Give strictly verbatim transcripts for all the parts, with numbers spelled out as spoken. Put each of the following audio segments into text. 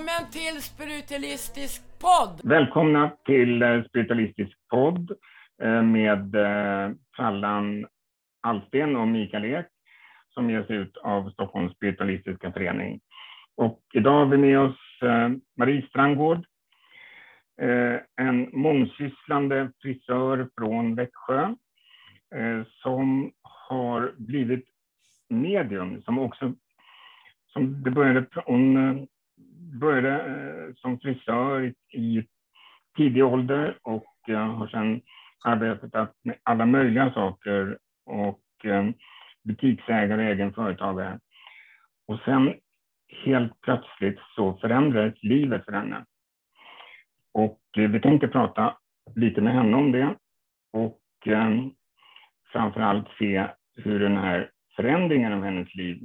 Välkommen till Spiritualistisk podd! Välkomna till Spiritualistisk podd med Frallan Alsten och Mikael Ek som ges ut av Stockholms Spiritualistiska förening. Och idag har vi med oss Marie Strandgård, en mångsysslande frisör från Växjö som har blivit medium, som också som det började, hon började som frisör i tidig ålder och har sedan arbetat med alla möjliga saker och butiksägare och egenföretagare. Och sen helt plötsligt så förändrades livet för henne. Och vi tänkte prata lite med henne om det och framförallt se hur den här förändringen av hennes liv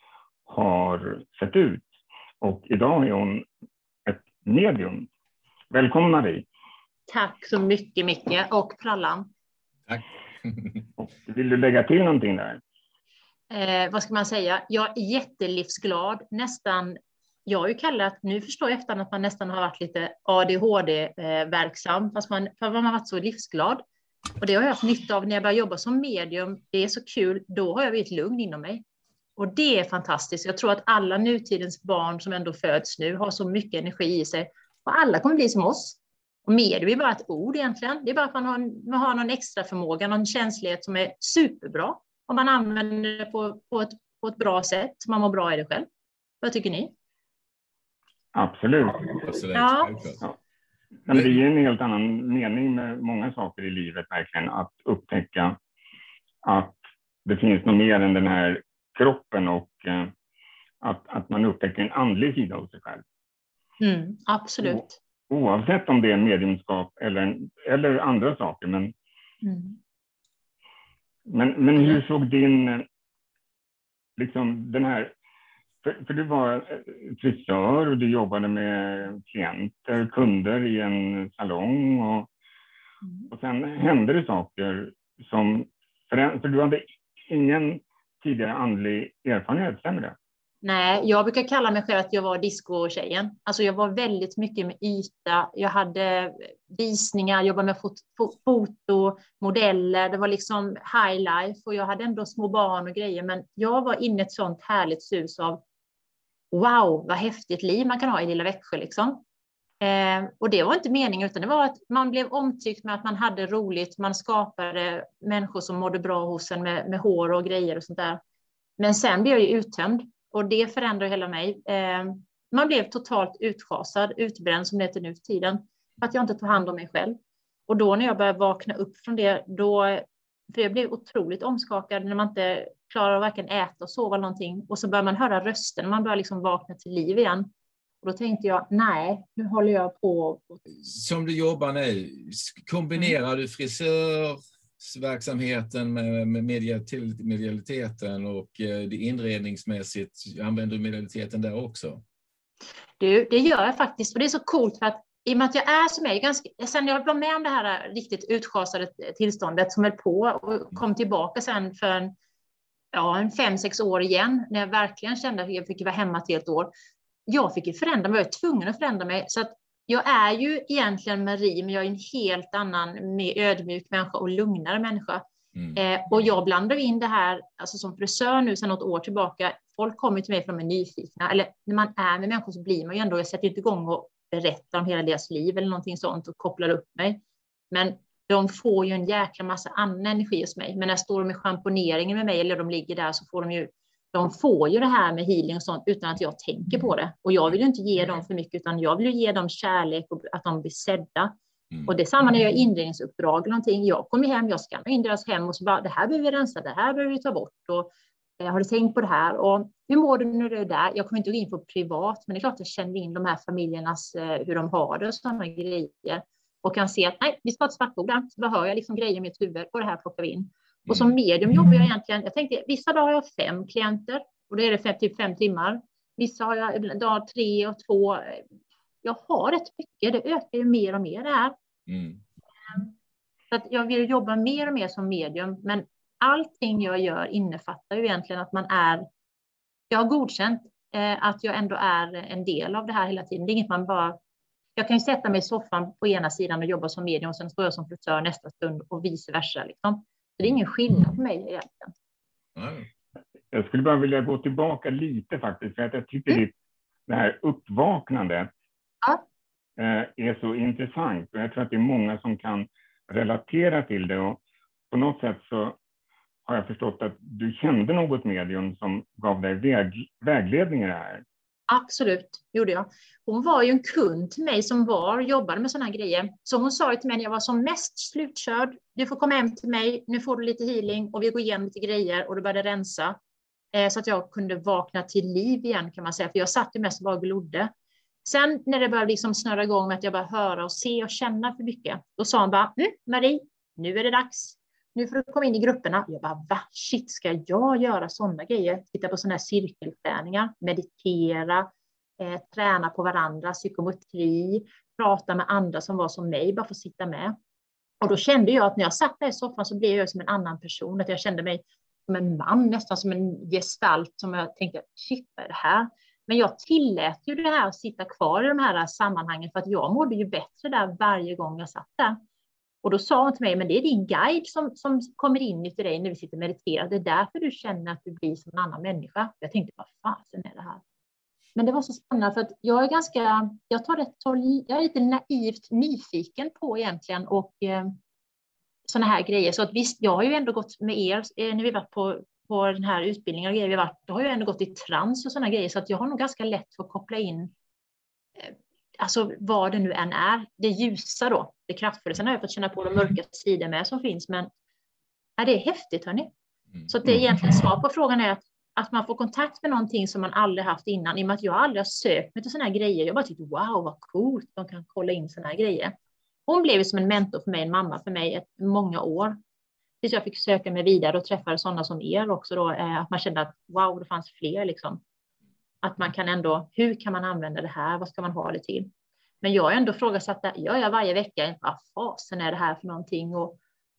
har sett ut. Och idag är hon ett medium. Välkommen Marie. Tack så mycket Micke och Frallan. Tack. Och vill du lägga till någonting där? Eh, vad ska man säga? Jag är jättelivsglad. Nästan, jag har ju kallat, nu förstår jag efter att man nästan har varit lite A D H D-verksam. Fast man, för man har varit så livsglad. Och det har jag haft nytta av när jag började jobba som medium. Det är så kul, då har jag blivit lugn inom mig. Och det är fantastiskt. Jag tror att alla nutidens barn som ändå föds nu har så mycket energi i sig. Och alla kommer bli som oss. Och medium är bara ett ord egentligen. Det är bara att man har, man har någon extra förmåga, någon känslighet som är superbra. Om man använder det på, på, ett, på ett bra sätt. Man mår bra i det själv. Vad tycker ni? Absolut. Absolut. Ja. Ja. Men det är en helt annan mening med många saker i livet verkligen. Att upptäcka att det finns något mer än den här kroppen och eh, att, att man upptäcker en andlig sida hos sig själv. Mm, absolut. O, oavsett om det är mediumskap eller, eller andra saker. Men, Mm. men, men hur såg din, liksom den här, för, för du var frisör och du jobbade med klienter, kunder i en salong och, och sen hände det saker som, för, för du hade ingen tidigare andlig erfarenhet, stämmer det? Nej, jag brukar kalla mig själv att jag var disco-tjejen. Alltså jag var väldigt mycket med yta. Jag hade visningar, jobbade med fot- fot- foto, modeller. Det var liksom high life och jag hade ändå små barn och grejer. Men jag var inne i ett sånt härligt sus av wow, vad häftigt liv man kan ha i lilla Växjö liksom. Eh, och det var inte meningen utan det var att man blev omtyckt med att man hade roligt. Man skapade människor som mådde bra hos en med, med hår och grejer och sånt där. Men sen blev jag ju uttömd. Och det förändrade hela mig. Eh, man blev totalt utschasad, utbränd som det heter nu för tiden. För att jag inte tog hand om mig själv. Och då när jag började vakna upp från det, då, för jag blev otroligt omskakad när man inte klarar att varken äta och sova någonting. Och så börjar man höra rösten, man börjar liksom vakna till liv igen. Och då tänkte jag, nej, nu håller jag på. Som du jobbar nu, kombinerar du frisörsverksamheten med, med medial- medialiteten och eh, det inredningsmässigt, använder du medialiteten där också? Du, det gör jag faktiskt. Och det är så coolt för att i och med att jag är som jag är ganska, sen jag var med om det här riktigt utschasade tillståndet som höll på och kom tillbaka sen för en, ja, en fem, sex år igen när jag verkligen kände att jag fick vara hemma ett helt år. Jag fick ju förändra mig, jag var tvungen att förändra mig. Så att jag är ju egentligen Marie, men jag är en helt annan, mer ödmjuk människa och lugnare människa. Mm. Eh, och jag blandar in det här, alltså som frisör nu sedan något år tillbaka. Folk kommer till mig för att de är nyfikna. Eller när man är med människor så blir man ju ändå, jag sätter inte igång och berättar om hela deras liv eller någonting sånt och kopplar upp mig. Men de får ju en jäkla massa annan energi hos mig. Men när jag står med schamponeringen med mig eller de ligger där så får de ju De får ju det här med healing och sånt utan att jag tänker på det. Och jag vill ju inte ge dem för mycket utan jag vill ju ge dem kärlek och att de blir sedda. Mm. Och det är samma när jag gör inredningsuppdrag eller någonting. Jag kommer hem, jag ska in deras hem och så bara, det här behöver vi rensa, det här behöver vi ta bort. Och eh, har du tänkt på det här? Och hur mår du när du är där? Jag kommer inte gå in på privat, men det är klart att jag känner in de här familjernas, eh, hur de har det och sådana grejer. Och kan se att nej, vi ska ha ett svartbord. Så behöver jag liksom grejer i mitt huvud och det här plockar vi in. Och som medium jobbar jag egentligen, jag tänkte, vissa dagar har jag fem klienter och då är det fem, typ fem timmar. Vissa har jag dagar tre och två. Jag har rätt mycket, det ökar ju mer och mer det här. Mm. Så att jag vill jobba mer och mer som medium, men allting jag gör innefattar ju egentligen att man är, jag har godkänt Eh, att jag ändå är en del av det här hela tiden. Det är inget man bara... Jag kan ju sätta mig i soffan på ena sidan och jobba som medium och sen står jag som frisör nästa stund och vice versa. Liksom. Så det är ingen skillnad för mig egentligen. Mm. Jag skulle bara vilja gå tillbaka lite faktiskt, för att jag tycker mm. det här uppvaknandet ja. är så intressant. Och jag tror att det är många som kan relatera till det. Och på något sätt så har jag förstått att du kände något medium som gav dig väg, vägledning i det här. Absolut, gjorde jag. Hon var ju en kund till mig som var, jobbade med såna här grejer. Så hon sa ju till mig när jag var som mest slutkörd, du får komma hem till mig, nu får du lite healing och vi går igenom lite grejer och du började rensa. Eh, så att jag kunde vakna till liv igen kan man säga, för jag satt ju mest och bara glodde. Sen när det började liksom snurra igång med att jag bara höra och se och känna för mycket, då sa hon bara, mm, Marie, nu är det dags. Nu får du komma in i grupperna. Jag bara, va? Shit, ska jag göra sådana grejer? Titta på sådana här cirkelträningar, meditera, eh, träna på varandra, psykometri, prata med andra som var som mig, bara få sitta med. Och då kände jag att när jag satt där i soffan så blev jag som en annan person. Att jag kände mig som en man, nästan som en gestalt som jag tänkte, shit, vad är det här? Men jag tillät ju det här att sitta kvar i de här sammanhangen för att jag mådde ju bättre där varje gång jag satt där. Och då sa hon till mig, men det är din guide som, som kommer in i dig när vi sitter och mediterar. Det är därför du känner att du blir som en annan människa. Jag tänkte, vad fasen är det här? Men det var så spännande för att jag är ganska, jag tar rätt, jag är lite naivt nyfiken på egentligen och eh, sådana här grejer. Så att visst, jag har ju ändå gått med er, eh, när vi var på, på den här utbildningen och grejer vi varit, då har jag ändå gått i trans och sådana grejer. Så att jag har nog ganska lätt för att koppla in eh, alltså vad det nu än är, det ljusa då, det kraftfulla. Sen har jag fått känna på de mörka sidor med som finns, men ja, det är häftigt hörni. Så att det är egentligen svar på frågan är att, att man får kontakt med någonting som man aldrig haft innan, i och med att jag aldrig har sökt mig till sådana här grejer. Jag bara tyckte, wow, vad coolt, de kan kolla in sådana här grejer. Hon blev som en mentor för mig, en mamma för mig, ett, många år. Tills jag fick söka mig vidare och träffa sådana som er också då, att man kände att wow, det fanns fler liksom. Att man kan ändå, hur kan man använda det här? Vad ska man ha det till? Men jag är ändå frågasatt, gör jag varje vecka, vad fasen är det här för någonting? Och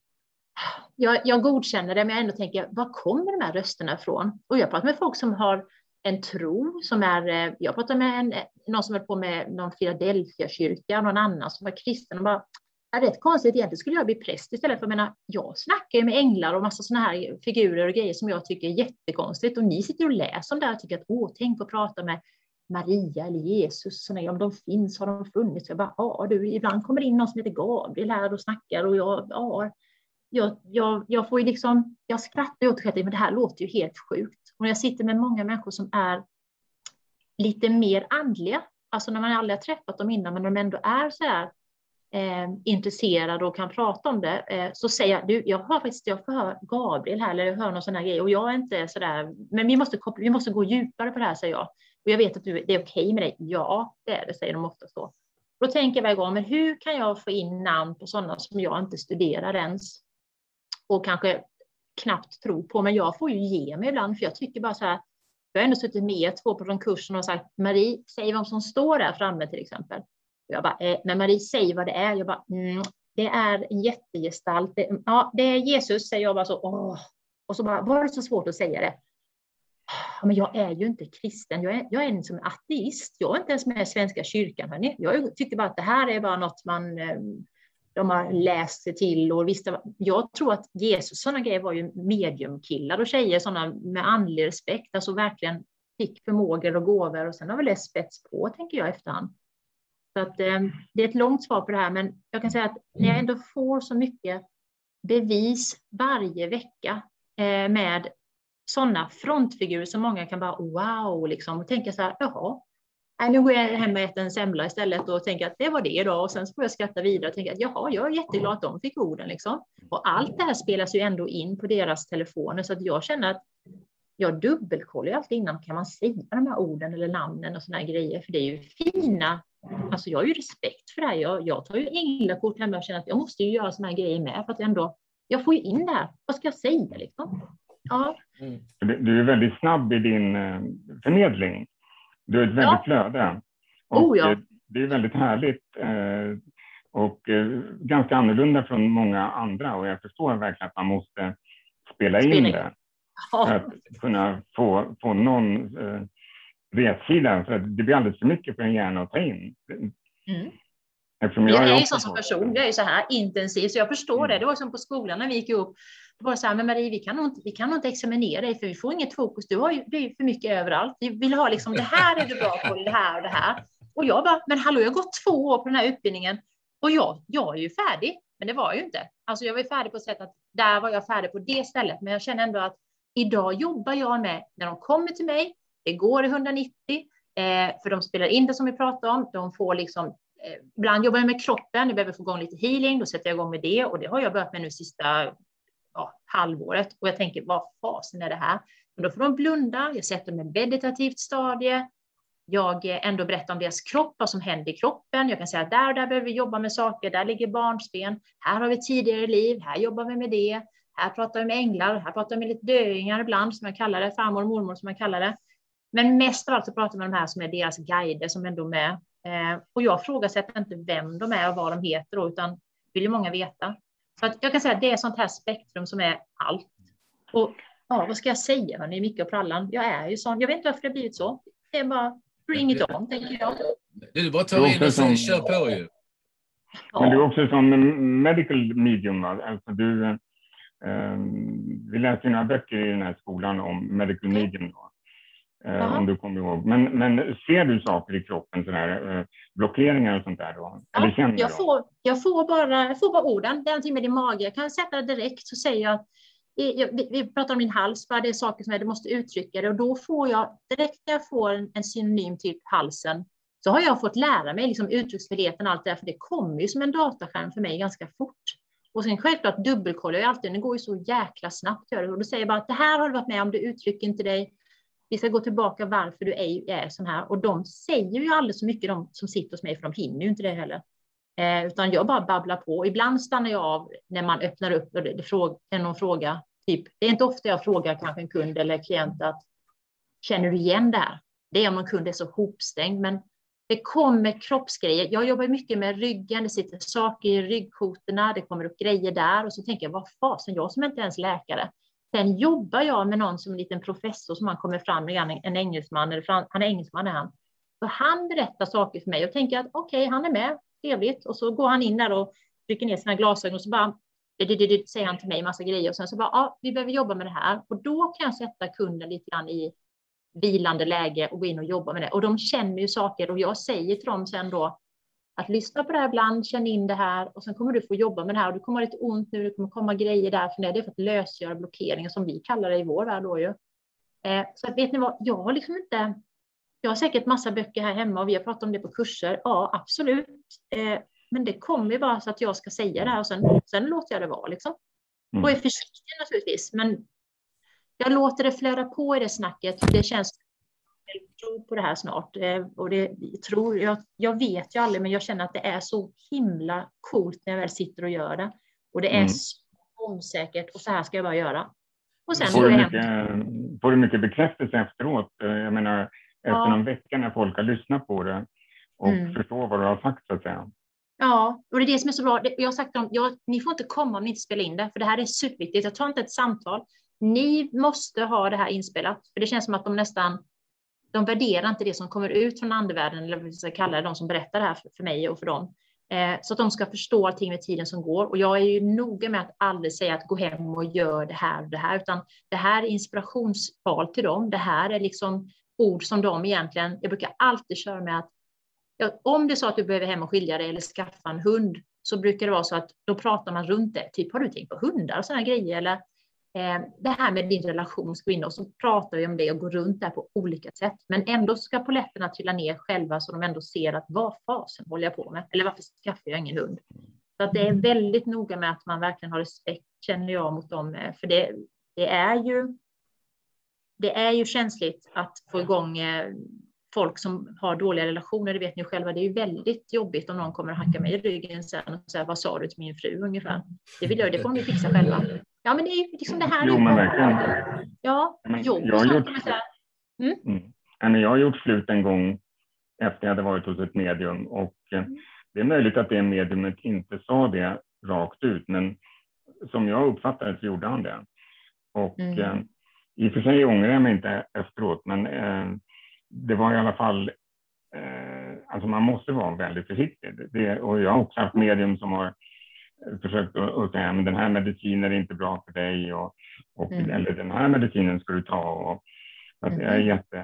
jag, jag godkänner det, men jag ändå tänker, var kommer de här rösterna ifrån? Och jag pratar med folk som har en tro, som är, jag pratar med en, någon som är på med någon Philadelphia-kyrka, någon annan som var kristen och bara, det är rätt konstigt, egentligen skulle jag bli präst istället för, jag menar, jag snackar ju med änglar och massa sådana här figurer och grejer som jag tycker är jättekonstigt, och ni sitter och läser om det här och tycker att, åh, tänk att prata med Maria eller Jesus, såna, om de finns, har de funnits? Jag bara, ja du, ibland kommer in någon som heter Gabriel här och snackar och jag, ja, jag, jag, jag får ju liksom, jag skrattar åt det, men det här låter ju helt sjukt. Och jag sitter med många människor som är lite mer andliga, alltså när man aldrig har träffat dem innan, men de ändå är så här eh, intresserade och kan prata om det, eh, så säger jag, du, jag har faktiskt, jag får höra Gabriel här, eller jag hör någon sån här grej, och jag är inte så där, men vi måste, vi måste gå djupare på det här, säger jag. Och jag vet att du, det är okej med dig. Ja, det är det, säger de ofta så. Då tänker jag varje gång, men hur kan jag få in namn på sådana som jag inte studerar ens? Och kanske knappt tror på, men jag får ju ge mig ibland, för jag tycker bara så här, jag har ändå suttit med två på från kursen och sagt, Marie, säg vem som står där framme till exempel. Och jag bara, eh, men Marie, säg vad det är. Jag bara, mm, det är en jättegestalt. Det, ja, det är Jesus, säger jag bara så. Åh. Och så bara, var det så svårt att säga det? Ja, men jag är ju inte kristen, jag är, jag är en som ateist, jag är inte ens med i Svenska kyrkan, hörni. Jag tycker bara att det här är bara något man, de har läst sig till och visste. Jag tror att Jesus, sådana grejer var ju mediumkillar och tjejer, sådana med andlig respekt, alltså verkligen fick förmågor och gåvor, och sen har väl det spets på, tänker jag efterhand. Så att eh, det är ett långt svar på det här, men jag kan säga att när jag ändå får så mycket bevis varje vecka eh, med sådana frontfigurer som många kan bara wow liksom, och tänka så här, jaha, nu går jag hem och äter en semla istället och tänker att det var det då, och sen så får jag skratta vidare och tänka att jaha, jag är jätteglad att de fick orden liksom. Och allt det här spelas ju ändå in på deras telefoner, så att jag känner att jag dubbelkollar alltid innan, kan man säga de här orden eller namnen och såna här grejer, för det är ju fina, alltså jag har ju respekt för det här, jag, jag tar ju änglakort hemma och känner att jag måste ju göra såna här grejer med, för att ändå, jag får ju in det här, vad ska jag säga liksom? Ja. Mm. Du är väldigt snabb i din uh, förmedling. Du har ett väldigt ja. flöde. Och oh, ja. det är väldigt härligt uh, och uh, ganska annorlunda från många andra. Och jag förstår verkligen att man måste spela in Spelning. det. Ja. För att kunna få, få någon uh, rätsidan, för att det blir alldeles för mycket för en hjärna att ta in. Mm. Eftersom jag, jag jag är ju också sån som person, jag är ju så här intensiv, så jag förstår mm. det. Det var som på skolan när vi gick upp. Det var så här, men Marie, vi kan nog inte, vi kan nog inte examinera dig, för vi får inget fokus. Du har ju, det är ju för mycket överallt. Vi vill ha liksom, det här är du bra på, det här och det här. Och jag bara, men hallå, jag har gått två år på den här utbildningen. Och jag, jag är ju färdig, men det var jag ju inte. Alltså jag var ju färdig på ett sätt att där var jag färdig på det stället. Men jag känner ändå att idag jobbar jag med, när de kommer till mig, det går i hundranittio, eh, för de spelar in det som vi pratade om. De får liksom, eh, ibland jobbar jag med kroppen, jag behöver få igång lite healing, då sätter jag igång med det. Och det har jag börjat med nu sista ja, halvåret. Och jag tänker, vad fasen är det här? Men då får de blunda, jag sätter dem i meditativt stadie. Jag ändå berättar om deras kropp, vad som händer i kroppen. Jag kan säga att där och där behöver vi jobba med saker. Där ligger barnsben. Här har vi tidigare liv. Här jobbar vi med det. Här pratar vi med änglar. Här pratar vi med lite döingar ibland, som jag kallar det. Farmor och mormor, som jag kallar det. Men mest av allt så pratar vi med de här som är deras guider, som ändå är med. Eh, och jag frågasätter inte vem de är och vad de heter då, utan vill ju många veta. Så att jag kan säga att det är sånt här spektrum som är allt. Och ja, vad ska jag säga, hörni, Micke och Prallan? Jag är ju sån. Jag vet inte varför det har blivit så. Det är bara bring it on, tänker jag. Det är bara att ta in och sen kör på ju. Men du är också som medical medium, va? Alltså du, eh, vi läste några böcker i den här skolan om medical medium då. Eh, om du kommer ihåg. Men, men ser du saker i kroppen, sådana här eh, blockeringar och sånt där då? Ja, Eller känner jag, får, jag, får bara, jag får bara orden. Det är någonting med din mage. Jag kan sätta det direkt, så säger jag att vi, vi pratar om din hals, för det är saker som jag måste uttrycka det, och då får jag direkt när jag får en, en synonym till halsen, så har jag fått lära mig liksom uttrycksfriheten och allt det där, för det kommer ju som en dataskärm för mig ganska fort. Och sen självklart dubbelkollar jag alltid, det går ju så jäkla snabbt, och då säger jag bara att det här har du varit med om, du uttrycker inte dig, vi ska gå tillbaka varför du är, är sån här, och de säger ju aldrig så mycket, de som sitter hos mig, för de hinner ju inte det heller. Eh, utan jag bara babblar på. Ibland stannar jag av när man öppnar upp och det, det fråga, är någon fråga. Typ, det är inte ofta jag frågar kanske en kund eller klient att känner du igen det här? Det är om en kund är så hopstängd, men det kommer kroppsgrejer. Jag jobbar mycket med ryggen, det sitter saker i ryggkotorna, det kommer upp grejer där, och så tänker jag, vad fasen, jag som inte ens läkare. Sen jobbar jag med någon som en liten professor som han kommer fram med, en engelsman, eller fram, han är engelsman är han. Så han berättar saker för mig och tänker att okej, okay, han är med, trevligt. Och så går han in där och trycker ner sina glasögon och så bara, det, det, det, säger han till mig massa grejer. Och sen så bara, ja, vi behöver jobba med det här. Och då kan jag sätta kunden lite grann i vilande läge och gå in och jobba med det. Och de känner ju saker, och jag säger till dem sen då att lyssna på det här ibland, känn in det här, och sen kommer du få jobba med det här, och du kommer ha lite ont nu, det kommer komma grejer där, för det är för att lösgöra blockeringar, som vi kallar det i vår värld då ju. Eh, så att, vet ni vad, jag har liksom inte, jag har säkert massa böcker här hemma och vi har pratat om det på kurser, ja absolut, eh, men det kommer ju bara så att jag ska säga det här, och sen, sen låter jag det vara liksom. Mm. Och är försiktig naturligtvis, men jag låter det flöda på i det snacket, för det känns, jag tror på det här snart, och det tror jag, jag vet ju aldrig, men jag känner att det är så himla coolt när jag väl sitter och gör det, och det är mm. så omsäkert, och så här ska jag bara göra. Och sen får, du mycket, får du mycket bekräftelse efteråt, jag menar efter ja. någon vecka när folk har lyssnat på det och mm. förstår vad du har sagt så att säga. Ja, och det är det som är så bra. Jag har sagt till dem, jag, ni får inte komma om ni inte spelar in det, för det här är superviktigt. Jag tar inte ett samtal. Ni måste ha det här inspelat, för det känns som att de nästan, de värderar inte det som kommer ut från andevärlden, eller vad vi ska kalla det, de som berättar det här för, för mig och för dem. Eh, så att de ska förstå allting med tiden som går. Och jag är ju noga med att aldrig säga att gå hem och gör det här och det här, utan det här är inspirationstal till dem. Det här är liksom ord som de egentligen, jag brukar alltid köra med att ja, om det är så att du behöver hem och skilja dig eller skaffa en hund, så brukar det vara så att då pratar man runt det. Typ, har du tänkt på hundar och sådana grejer? Eller eh, det här med din relation ska in, och så pratar vi om det och går runt där på olika sätt. Men ändå ska poletterna trilla ner själva, så de ändå ser att vad fasen håller jag på med? Eller varför skaffar jag ingen hund? Så att det är väldigt noga med att man verkligen har respekt, känner jag, mot dem. För det, det är ju det är ju känsligt att få igång eh, folk som har dåliga relationer, det vet ni själva. Det är ju väldigt jobbigt om någon kommer att hacka mig i ryggen sen och säga, vad sa du till min fru ungefär? Det vill jag, det får de fixa själva. Ja, men det är liksom det här. Jo, men verkligen. Ja, men jobb jag, har gjort, mm? Mm. jag har gjort slut en gång efter jag hade varit hos ett medium, och mm. det är möjligt att det mediumet inte sa det rakt ut, men som jag uppfattade så gjorde han det. Och mm. eh, i och för sig ångrar jag mig inte efteråt, men eh, det var i alla fall, eh, alltså man måste vara väldigt försiktig. Det, och jag har också haft medium som har försökt att säga, men den här medicinen är inte bra för dig, och, och mm. eller den här medicinen ska du ta. Och, att det är jätte,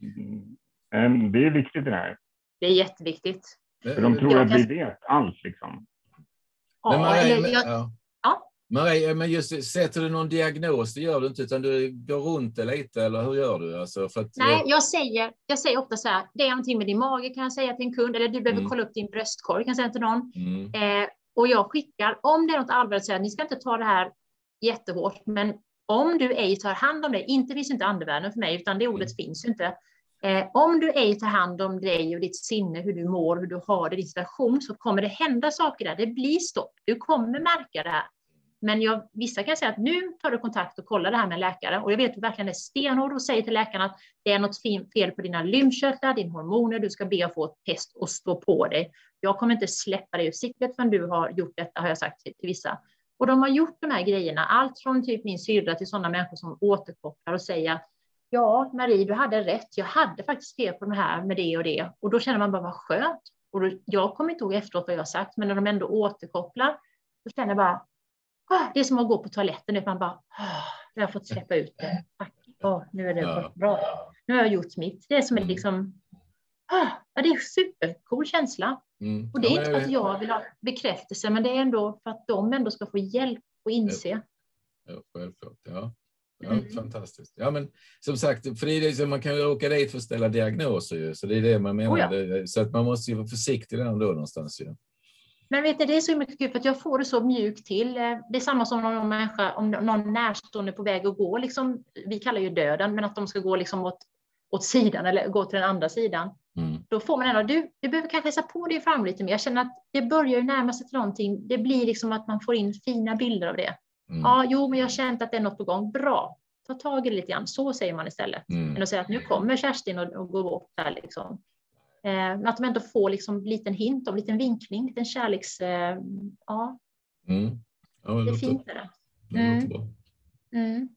det är viktigt det här. Det är jätteviktigt. För de tror jag att vi vet allt liksom. Ja, men Marie, eller, jag, ja. Ja. Marie, men just, sätter du någon diagnos, det gör du inte, utan du går runt det lite, eller hur gör du? Alltså, för att, Nej, jag säger, jag säger ofta så här, det är någonting med din mage, kan jag säga till en kund, eller du behöver mm. kolla upp din bröstkorg, kan jag säga till någon. Mm. Eh, och jag skickar, om det är något allvarligt, så här, ni ska inte ta det här jättehårt, men om du ej tar hand om det, inte finns inte andevärlden för mig, utan det ordet mm. finns inte. Eh, om du ej tar hand om dig och ditt sinne, hur du mår, hur du har det, din situation, så kommer det hända saker där. Det blir stopp. Du kommer märka det här. Men jag, vissa kan säga att nu tar du kontakt och kollar det här med en läkare. Och jag vet verkligen det är stenhårt och säger till läkaren att det är något fel på dina lymfkörtlar, din hormoner. Du ska be att få ett test och stå på dig. Jag kommer inte släppa dig ur siktet förrän du har gjort detta, har jag sagt till, till vissa. Och de har gjort de här grejerna. Allt från typ min syrra till sådana människor som återkopplar och säger: ja, Marie, du hade rätt. Jag hade faktiskt fel på det här med det och det. Och då känner man bara, vad skönt. Och då, jag kommer inte ihåg efteråt vad jag har sagt, men när de ändå återkopplar, så känner jag bara, ah, det är som att gå på toaletten. Att man bara, ah, jag har fått släppa ut det. Tack. Oh, nu är det ja. bra. Nu har jag gjort mitt. Det är som en liksom, ah, ja, det är en supercool känsla. Mm. Och det är ja, inte för att jag vill ha bekräftelse, men det är ändå för att de ändå ska få hjälp och inse. Ja, självklart, ja. Ja, mm. Fantastiskt. Ja, men som sagt, för det är det som man kan ju åka dit för att ställa diagnoser ju, så det är det man menar. Oh ja. det, så att man måste ju vara försiktig där ändå någonstans ju. Men vet du, det är så mycket kul för att jag får det så mjukt till. Det är samma som om någon människa, om någon närstående på väg att gå, liksom, vi kallar ju döden, men att de ska gå liksom åt, åt sidan eller gå till den andra sidan. Mm. Då får man ändå, du, du behöver kanske läsa på det fram lite mer. Jag känner att det börjar ju närma sig till någonting. Det blir liksom att man får in fina bilder av det. Mm. Ja, jo, men jag har känt att det är något på gång. Bra, ta tag i det lite grann. Så säger man istället. Mm. Än att säga att nu kommer Kerstin och, och går bort där liksom. Eh, att de ändå får liksom en liten hint, en liten vinkling, en liten kärleks... Eh, ja. Mm. Ja, det, det är låter, fint det. det mm. låter bra. Mm.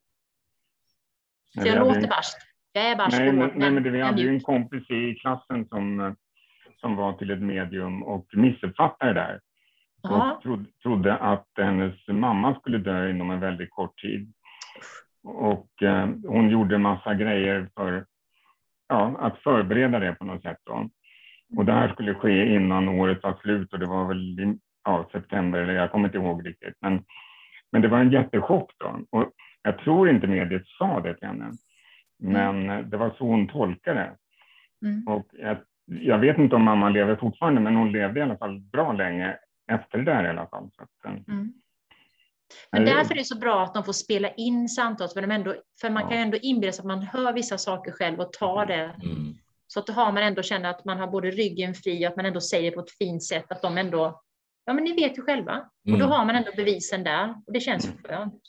Så jag låter barsk. Jag är barsk. Nej, men, nej, men det, vi hade ju en kompis i klassen som, som var till ett medium och missuppfattade det där. Och trodde, trodde att hennes mamma skulle dö inom en väldigt kort tid. Och eh, hon gjorde en massa grejer för ja, att förbereda det på något sätt. Då. Och det här skulle ske innan året var slut, och det var väl i ja, september, eller jag kommer inte ihåg riktigt. Men, men det var en jättechock då. Och jag tror inte mediet sa det till henne. Men mm. det var så hon tolkade det. Mm. Och jag, jag vet inte om mamma lever fortfarande, men hon levde i alla fall bra länge efter det där i alla fall. Så att, mm. Men därför är det så bra att de får spela in samtalet, för, de ändå, för man ja. kan ju ändå inbilla sig att man hör vissa saker själv och tar det. Mm. Så att då har man ändå känner att man har både ryggen fri, att man ändå säger på ett fint sätt att de ändå, ja men ni vet ju själva. Mm. Och då har man ändå bevisen där, och det känns mm. skönt.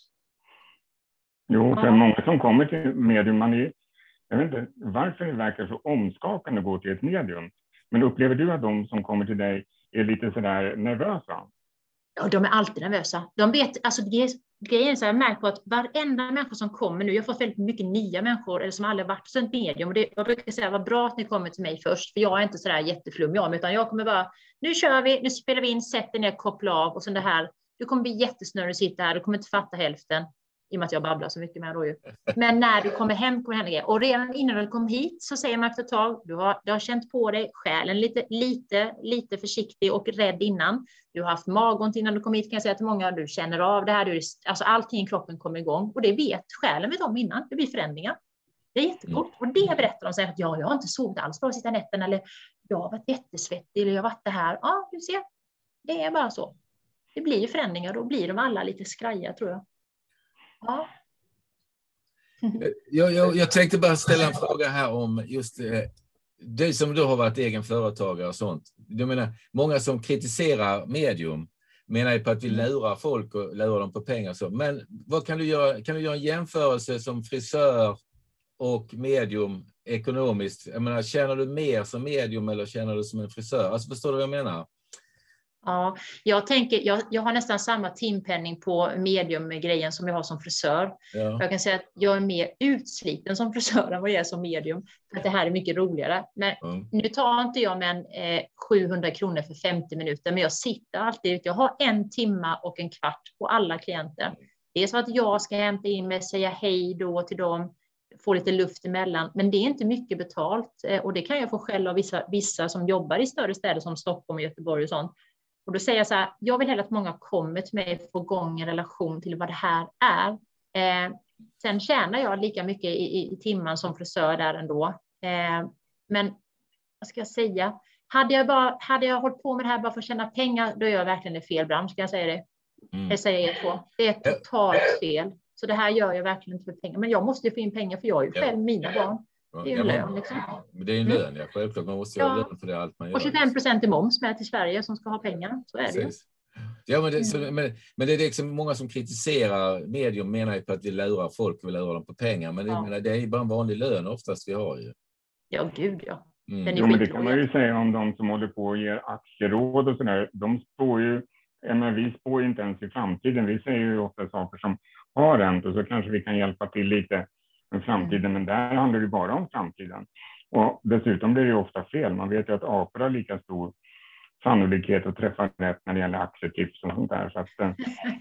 Jo, för ja. många som kommer till medium, man är, jag vet inte varför det verkar så omskakande att gå till ett medium. Men upplever du att de som kommer till dig är lite sådär nervösa? Ja, de är alltid nervösa. De vet, alltså grejen så jag märker på att varenda människa som kommer nu, jag har fått väldigt mycket nya människor eller som aldrig varit på ett medium, och det, jag brukar säga vad bra att ni kommer till mig först, för jag är inte sådär jätteflummig av mig, utan jag kommer bara, nu kör vi, nu spelar vi in, sätter ner, koppla av, och sen det här, du kommer bli jättesnörig att sitta här, du kommer inte fatta hälften, i och med att jag babblar så mycket med då ju. Men när du kommer hem kommer det hända, och redan innan du kom hit så säger man efter ett tag, du har, du har känt på dig själen lite, lite, lite försiktig och rädd innan. Du har haft magont innan du kom hit, kan jag säga till många, du känner av det här, du, alltså allting i kroppen kommer igång, och det vet själen vet om innan, det blir förändringar. Det är jättegott, och det berättar de sig att ja, jag har inte sovit alls bra sista nätten, eller jag har varit jättesvettig, eller jag har varit det här. Ja, du ser, det är bara så. Det blir förändringar, då blir de alla lite skraja, tror jag. Ja. Jag, jag, jag tänkte bara ställa en fråga här om just eh, det som du har varit egen företagare och sånt. Jag menar, många som kritiserar medium menar på att vi lurar folk och lurar dem på pengar och så. Men vad kan du göra? Kan du göra en jämförelse som frisör och medium ekonomiskt? Jag menar, tjänar du mer som medium eller tjänar du som en frisör? Alltså, förstår du vad jag menar? Ja, jag tänker, jag, jag har nästan samma timpenning på medium-grejen som jag har som frisör. Ja. Jag kan säga att jag är mer utsliten som frisör än vad jag är som medium. För att det här är mycket roligare. Men Mm. nu tar inte jag med en eh, sjuhundra kronor för femtio minuter. Men jag sitter alltid ute. Jag har en timma och en kvart på alla klienter. Det är så att jag ska hämta in mig, säga hej då till dem. Få lite luft emellan. Men det är inte mycket betalt. Eh, och det kan jag få själv av vissa, vissa som jobbar i större städer som Stockholm och Göteborg och sånt. Och då säger jag så här, jag vill hellre att många kommer till mig och får igång en relation till vad det här är. Eh, sen tjänar jag lika mycket i, i, i timman som frisör där ändå. Eh, men vad ska jag säga? Hade jag, bara, hade jag hållit på med det här bara för att tjäna pengar, då är jag verkligen i fel bransch, ska jag säga det. Mm. Det säger jag på. Det är totalt fel. Så det här gör jag verkligen inte för pengar. Men jag måste ju få in pengar för jag är ju själv Ja. mina barn. Det är ju en Ja, lön liksom. Men det är en lön, ja. Självklart. Man måste ju ha Ja. lön för det allt man gör. Och tjugofem procent i moms med till Sverige som ska ha pengar. Så är det ju. Precis. Ja, men det, så, men, men det är liksom många som kritiserar medium menar ju på att vi lurar folk och vi lurar dem på pengar. Men det, Ja. menar, det är ju bara en vanlig lön oftast vi har ju. Ja, gud ja. Mm. Den är Jo, men det skitrolig. kan man ju säga om de som håller på och ger aktieråd och sådär. De spår ju, men vi spår ju inte ens i framtiden. Vi säger ju ofta saker som har hänt och så kanske vi kan hjälpa till lite med framtiden. Mm. Men där handlar det bara om framtiden. Och dessutom blir det ju ofta fel. Man vet ju att apor har lika stor sannolikhet att träffa rätt när det gäller aktietips och sånt där. Så att,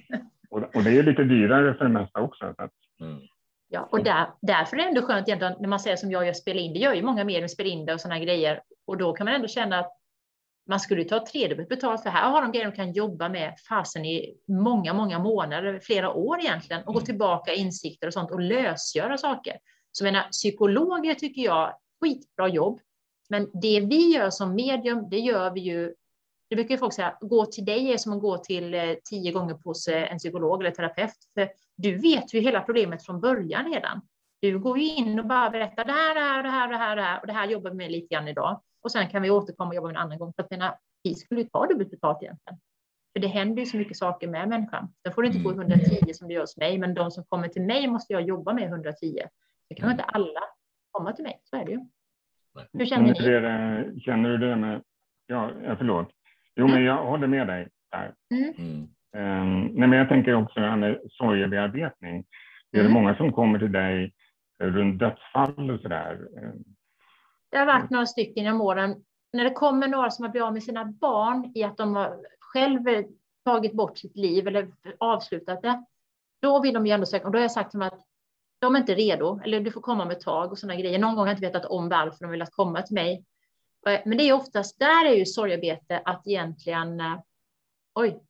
och, och det är ju lite dyrare för det mesta också. Så att, Mm. Ja, och där, därför är det ändå skönt egentligen när man säger som jag gör, spela in. Det gör ju många medier, spela in det och sådana grejer. Och då kan man ändå känna att man skulle ta tredubbelt betalt, för här har de grejer de kan jobba med fasen i många, många månader, flera år egentligen, och gå tillbaka insikter och sånt och lösgöra saker. Så jag menar, psykologer tycker jag, skitbra jobb. Men det vi gör som medium, det gör vi ju, det brukar ju folk säga, gå till dig är som att gå till eh, tio gånger på en psykolog eller terapeut. För du vet ju hela problemet från början redan. Du går ju in och bara berättar det här, det här, det här, det här, det här och det här jobbar vi med lite grann idag. Och sen kan vi återkomma och jobba med en annan gång. För att menar, vi skulle ju ta dubbelt betalt egentligen. För det händer ju så mycket saker med människan. Sen får det inte gå hundratio som det gör hos mig. Men de som kommer till mig måste jag jobba med hundratio. Det kan inte alla komma till mig. Så är det ju. Hur känner ni? det, känner du det med... Ja, förlåt. Jo, men jag håller med dig där. Mm. Um, nej, men jag tänker också det här med sorgebearbetning. Det är Mm. många som kommer till dig runt dödsfall och sådär. Det har varit några stycken genom åren. När det kommer några som har blivit av med sina barn i att de har själv tagit bort sitt liv eller avslutat det, då vill de ju ändå söka. Och då har jag sagt till dem att de är inte redo, eller du får komma med ett tag och sådana grejer. Någon gång har jag inte vetat om varför de vill att komma till mig. Men det är oftast, där är ju sorgarbete att egentligen, oj,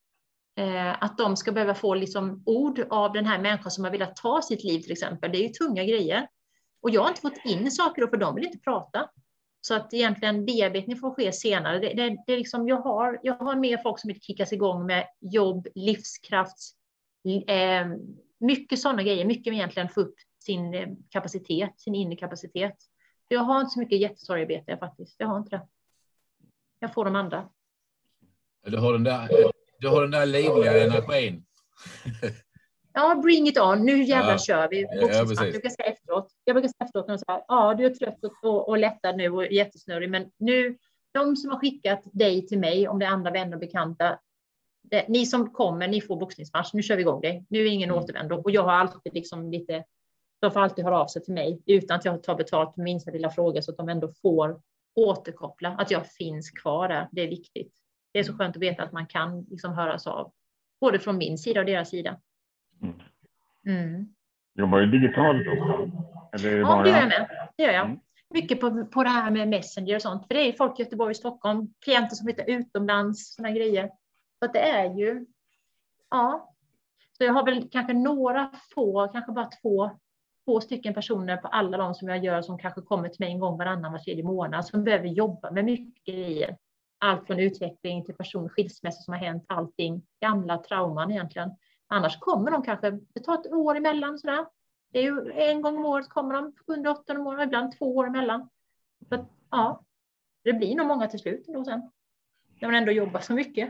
att de ska behöva få liksom ord av den här människan som har velat ta sitt liv till exempel. Det är ju tunga grejer. Och jag har inte fått in saker då, för de vill inte prata. Så att egentligen bearbetning får ske senare. Det, det, det är liksom, jag, har, jag har mer folk som vill kickas igång med jobb, livskraft, eh, mycket sådana grejer. Mycket egentligen få upp sin kapacitet, sin inre kapacitet. Jag har inte så mycket jättesorgarbete faktiskt. Jag har inte det. Jag får de andra. Du har den där, du har den där livliga energin. Ja, bring it on. Nu jävlar Ja. kör vi. Ja, jag, precis. brukar säga efteråt. jag brukar säga efteråt. Så här, ja, du är trött och, och lättad nu och jättesnurrig. Men nu, de som har skickat dig till mig, om det är andra vänner och bekanta. Det, ni som kommer, ni får boxningsmatch. Nu kör vi igång dig. Nu är ingen Mm. återvändo. Och jag har alltid liksom lite... De får alltid höra av sig till mig utan att jag tar betalt för minsta lilla fråga, så att de ändå får återkoppla. Att jag finns kvar där. Det är viktigt. Det är så skönt att veta att man kan liksom höras av. Både från min sida och deras sida. Mm. Jobbar du digitalt också? Eller är det Ja, bara... det gör jag med. Det gör jag. Mm. Mycket på, på det här med Messenger och sånt. För det är folk i Göteborg och Stockholm. Klienter som flyttar utomlands. Såna grejer. Så att det är ju... Ja. Så jag har väl kanske några få, kanske bara två, två stycken personer på alla de som jag gör som kanske kommer till mig en gång varannan var tredje månad. Som behöver jobba med mycket grejer. Allt från utveckling till person, skilsmässa som har hänt. Allting. Gamla trauman egentligen. Annars kommer de kanske, det tar ett år emellan sådär. Det är ju en gång om året kommer de, under åtta år, ibland två år emellan. Så att, ja, det blir nog många till slut då sen. När man ändå jobbar så mycket.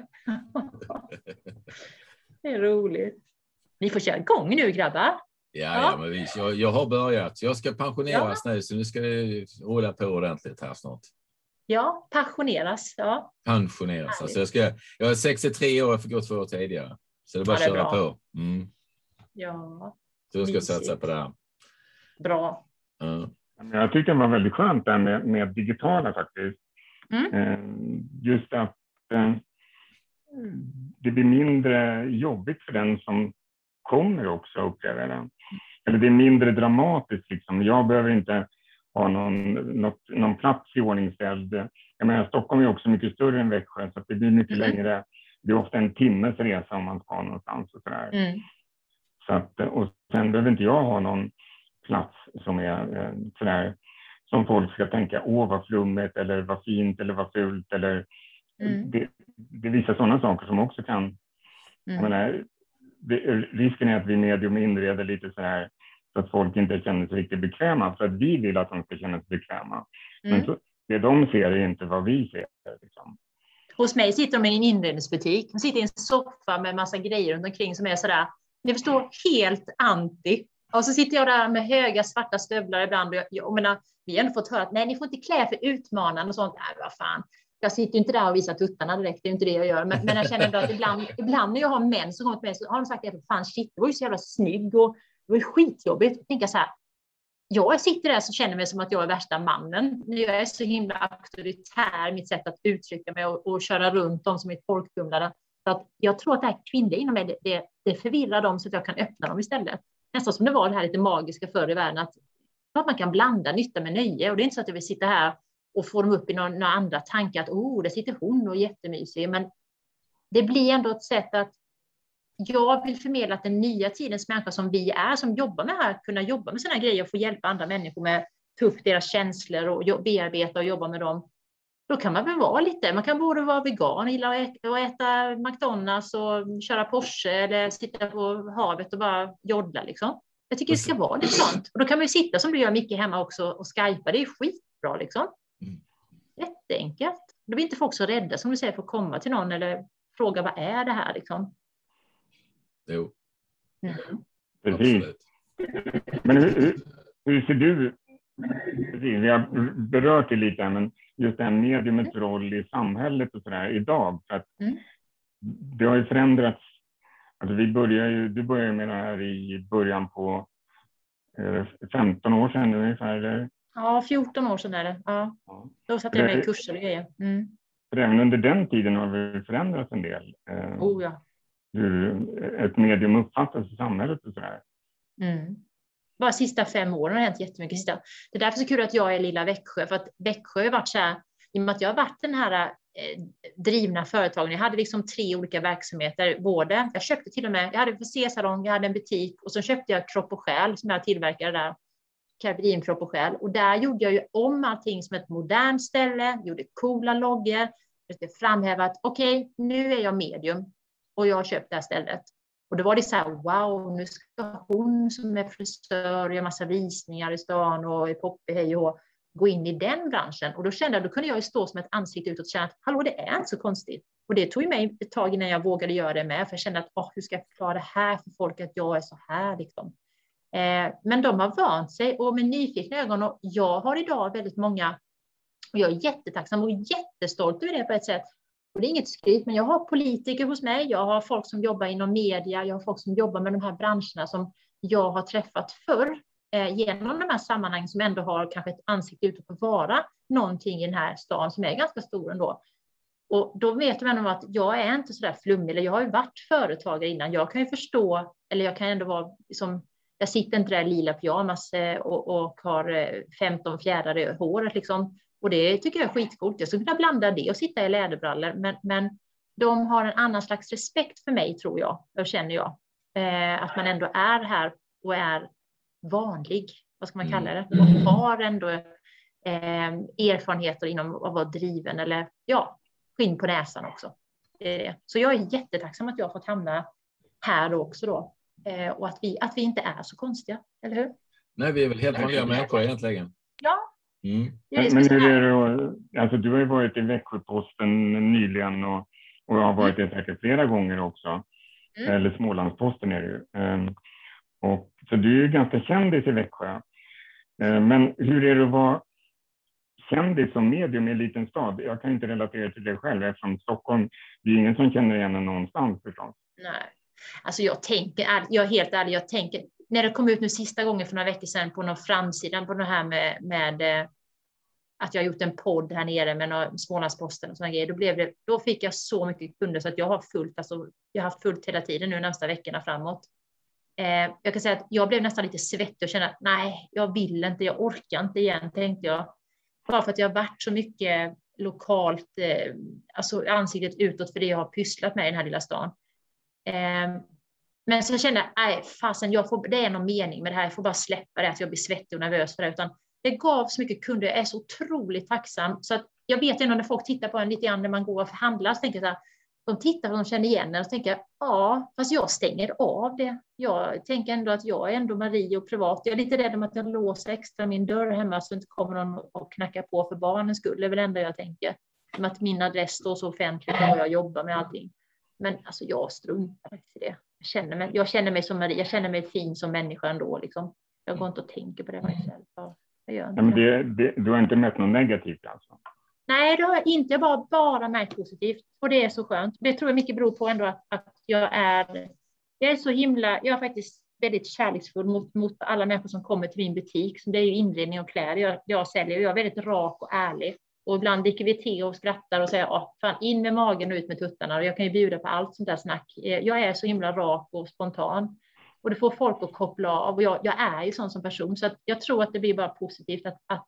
Det är roligt. Ni får köra igång nu, grabbar. Ja, ja. ja men vi, jag, jag har börjat. Jag ska pensioneras ja. nu, så nu ska det rulla på ordentligt här snart. Ja, passioneras. Ja. Pensioneras. Alltså jag, ska, jag är sextiotre år, jag får gå två år tidigare. Så det är bara att Ja, det är köra bra. på. Mm. Ja. Så jag ska Mysigt. satsa på det här. Bra. Ja. Jag tyckte det var väldigt skönt där med, med digitala faktiskt. Mm. Eh, just att eh, det blir mindre jobbigt för den som kommer också att uppleva det. Eller det är mindre dramatiskt liksom. Jag behöver inte ha någon, något, någon plats i ordningsställd. Jag menar, Stockholm är också mycket större än Växjö, så att det blir mycket Mm. längre. Det är ofta en timmes resa om man ska någonstans och sådär. Mm. Så att, och sen behöver inte jag ha någon plats som är eh, sådär, som folk ska tänka, åh vad flummigt eller vad fint eller vad fult eller Mm. det, det visar sådana saker som också kan, Mm. jag menar, det, risken är att vi medium inreder lite så här så att folk inte känner sig riktigt bekväma, för att vi vill att de ska känna sig bekväma. Mm. Men så, det de ser är inte vad vi ser. Liksom. Hos mig sitter de i en inredningsbutik. De sitter i en soffa med massa grejer runt omkring som är sådär, ni förstår, helt anti. Och så sitter jag där med höga svarta stövlar ibland. Och jag, jag menar, vi har ändå fått höra att nej, ni får inte klä för utmanande och sånt. Nej, vad fan. Jag sitter ju inte där och visar tuttarna direkt, det är inte det jag gör. Men, men jag känner ändå att ibland, ibland när jag har män som kommer till mig så har de sagt att fan shit, det var ju så jävla snygg och det var ju skitjobbigt. Jag tänker så här, jag sitter där så känner mig som att jag är värsta mannen. Jag är så himla auktoritär i mitt sätt att uttrycka mig och, och köra runt dem som ett porktumlare. Så att jag tror att det här kvinnliga inom mig, det, det, det förvirrar dem så att jag kan öppna dem istället. Nästan som det var det här lite magiska förr i världen, att, att man kan blanda nytta med nöje. Och det är inte så att jag vill sitta här och få dem upp i några, några andra tankar att oh, där sitter hon och är jättemysig. Men det blir ändå ett sätt att jag vill förmedla att den nya tidens människa som vi är, som jobbar med här, kunna jobba med sådana grejer och få hjälpa andra människor med tufft deras känslor och bearbeta och jobba med dem. Då kan man väl vara lite, man kan både vara vegan, gilla att äta, och äta McDonalds och köra Porsche eller sitta på havet och bara joddla liksom. Jag tycker det ska vara lite sånt. Och då kan man ju sitta som du gör mycket hemma också och skypa, det är skitbra liksom. Jätteenkelt. Då blir inte folk så rädda som du säger för att komma till någon eller fråga vad är det här liksom. Jo. Mm. Precis. Men hur, hur, hur ser du, vi har berört det lite, men just det här mediumets roll i samhället och sådär idag, för att Mm. det har ju förändrats. Alltså vi börjar ju, du började med det här i början på eh, femton år sedan ungefär, eller? Ja, fjorton år sedan är det. Ja. Ja. Då satt jag med i kurser och grejer. Mm. För även under den tiden har vi förändrats en del. Eh, Oh ja. hur ett medium uppfattas i samhället och sådär. Mm. Bara sista fem åren har hänt jättemycket. Sista. Det är därför så kul att jag är lilla Växjö. För att Växjö har varit så här, i och med att jag har varit den här eh, drivna företagen. Jag hade liksom tre olika verksamheter. Både, jag köpte till och med, jag hade en frisersalong, jag hade en butik och så köpte jag Kropp och Själ som jag tillverkade där. Caribbean Kropp och Själ. Och där gjorde jag ju om allting som ett modernt ställe. Gjorde coola loggor. Jag ska framhäva att okej, okay, nu är jag medium. Och jag har köpt det här stället. Och då var det så här, wow, nu ska hon som är frisör och gör massa visningar i stan och är poppig, hej och gå in i den branschen. Och då kände jag, då kunde jag ju stå som ett ansikte utåt och känna att hallå, det är inte så konstigt. Och det tog ju mig ett tag innan jag vågade göra det med. För jag kände att, åh, hur ska jag förklara det här för folk att jag är så här liksom. Eh, men de har vant sig och med nyfikna ögon. Och jag har idag väldigt många, och jag är jättetacksam och jättestolt över det på ett sätt. Och det är inget skryt, men jag har politiker hos mig. Jag har folk som jobbar inom media. Jag har folk som jobbar med de här branscherna som jag har träffat förr. Eh, genom de här sammanhangen som ändå har kanske ett ansikte ut att vara någonting i den här stan som är ganska stor ändå. Och då vet de ändå att jag är inte så där flummig. Eller jag har ju varit företagare innan. Jag kan ju förstå, eller jag kan ändå vara som, jag sitter inte där i lila pyjamas och, och har femton fjädrar i håret liksom. Och det tycker jag är skitcoolt. Jag skulle kunna blanda det och sitta i läderbrallor. Men, men de har en annan slags respekt för mig, tror jag. Och känner jag. Eh, att man ändå är här och är vanlig. Vad ska man kalla det? Och har ändå eh, erfarenheter inom att vara driven. Eller ja, skinn på näsan också. Det är det. Så jag är jättetacksam att jag har fått hamna här också då. Eh, och att vi, att vi inte är så konstiga. Eller hur? Nej, vi är väl helt vanliga människor egentligen. Ja. Mm. Men, men hur är det då? Alltså, du har ju varit i Växjöposten nyligen och, och har varit det säkert flera gånger också. Mm. Eller Smålandsposten är det ju. Um, och, så du är ju ganska kändis i Växjö. Uh, men hur är det att vara kändis som medium i en liten stad. Jag kan inte relatera till det själv eftersom Stockholm, det är ingen som känner igen en någonstans förstås. Nej, alltså jag tänker, jag är helt ärlig, jag tänker, när det kom ut nu sista gången för några veckor sedan på någon framsidan på det här med, med att jag har gjort en podd här nere med några Smålandsposten och sådana grejer, då, blev det, då fick jag så mycket kunder så att jag har fullt, alltså jag har haft fullt hela tiden nu nästa veckorna framåt. Eh, jag kan säga att jag blev nästan lite svettig och kände att nej, jag vill inte, jag orkar inte igen, tänkte jag. Bara för att jag har varit så mycket lokalt, eh, alltså ansiktet utåt för det jag har pysslat med i den här lilla stan. Eh, men så kände jag, nej fasen, jag får, det är någon mening med det här, jag får bara släppa det, att jag blir svettig och nervös för det, utan det gav så mycket kunder, jag är så otroligt tacksam. Så att jag vet ändå när folk tittar på en lite grann när man går och förhandlar, så tänker jag så här, de tittar och de känner igen en och tänker, ja, fast jag stänger av det. Jag tänker ändå att jag är ändå Marie och privat. Jag är lite rädd om att jag låser extra min dörr hemma så inte kommer någon och knackar på för barnens skull. Det är väl ändå jag tänker. Som att min adress står så offentligt och jag jobbar med allting. Men alltså jag struntar faktiskt i det. Jag känner mig, jag känner mig som Marie, jag känner mig fin som människa ändå. Liksom. Jag går inte och tänker på det faktiskt. Ja, jag gör inte ja, men det. det, det, du har inte mött något negativt alltså? Nej, det har jag inte. Jag bara, bara märkt positivt. Och det är så skönt. Det tror jag mycket beror på ändå att, att jag är... Jag är så himla... Jag är faktiskt väldigt kärleksfull mot, mot alla människor som kommer till min butik. Det är ju inredning och kläder jag, jag säljer. Jag är väldigt rak och ärlig. Och ibland dricker vi te och skrattar och säger oh, fan, in med magen och ut med tuttarna. Och jag kan ju bjuda på allt sånt där snack. Jag är så himla rak och spontan. Och det får folk att koppla av. Och jag, jag är ju sån som person. Så att jag tror att det blir bara positivt att... att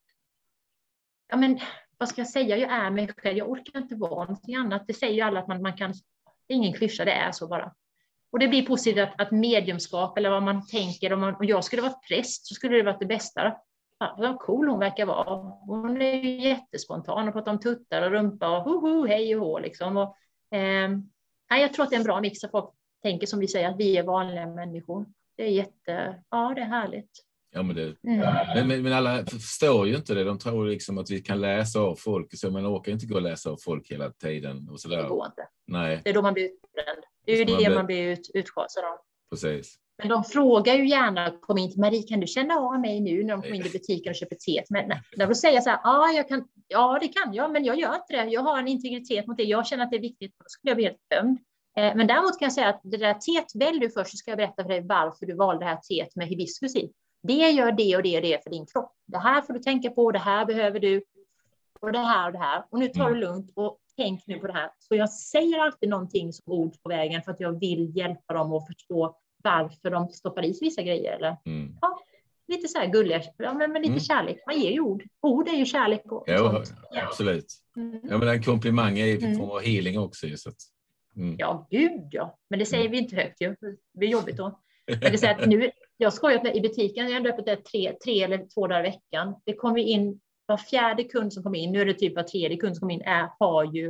ja, men... Vad ska jag säga? Jag är mig själv. Jag orkar inte vara någonting annat. Det säger ju alla att man, man kan... Det är ingen klyscha, det är så bara. Och det blir positivt att, att mediumskap eller vad man tänker. Om, man, om jag skulle vara präst så skulle det vara det bästa. Ja, vad cool hon verkar vara. Hon är ju jättespontan och pratar om tuttar och rumpa och ho, ho, hej och hå liksom. Och, eh, jag tror att det är en bra mix att folk tänker som vi säger att vi är vanliga människor. Det är jätte... Ja, det är härligt. Ja, men, det, mm. men, men, men alla förstår ju inte det. De tror liksom att vi kan läsa av folk. Så man orkar inte gå och läsa av folk hela tiden. Och så där. Det går inte. Nej. Det är då man blir utbränd. Det är ju det man blir, man blir ut, utschasad av. Precis. Men de frågar ju gärna, kom in till Marie, kan du känna av mig nu när de kommer in i butiken och köper te? Men när de säger så här, ah, jag kan, ja det kan jag, men jag gör inte det. Jag har en integritet mot det. Jag känner att det är viktigt. Då skulle jag bli helt dömd. Eh, men däremot kan jag säga att det där teet väljer du först, så ska jag berätta för dig varför du valde det här teet med hibiskus i. Det gör det och det och det för din kropp. Det här får du tänka på, det här behöver du. Och det här och det här. Och nu tar du lugnt och tänk nu på det här. Så jag säger alltid någonting som ord på vägen för att jag vill hjälpa dem att förstå varför de stoppar i sig vissa grejer. Eller? Mm. Ja, lite så här gulliga, ja, men med lite mm. kärlek. Man ger ju ord. Ord är ju kärlek. Och ja, absolut. Mm. Ja, men en komplimang är ju mm. form av healing också. Så att, mm. Ja, gud ja. Men det säger mm. vi inte högt ju. Det blir jobbigt då. Men det säger att nu, jag skojar med i butiken, jag har öppet där tre, tre eller två dagar i veckan. Det kommer in, var fjärde kund som kommer in, nu är det typ var tredje kund som kommer in, är, har ju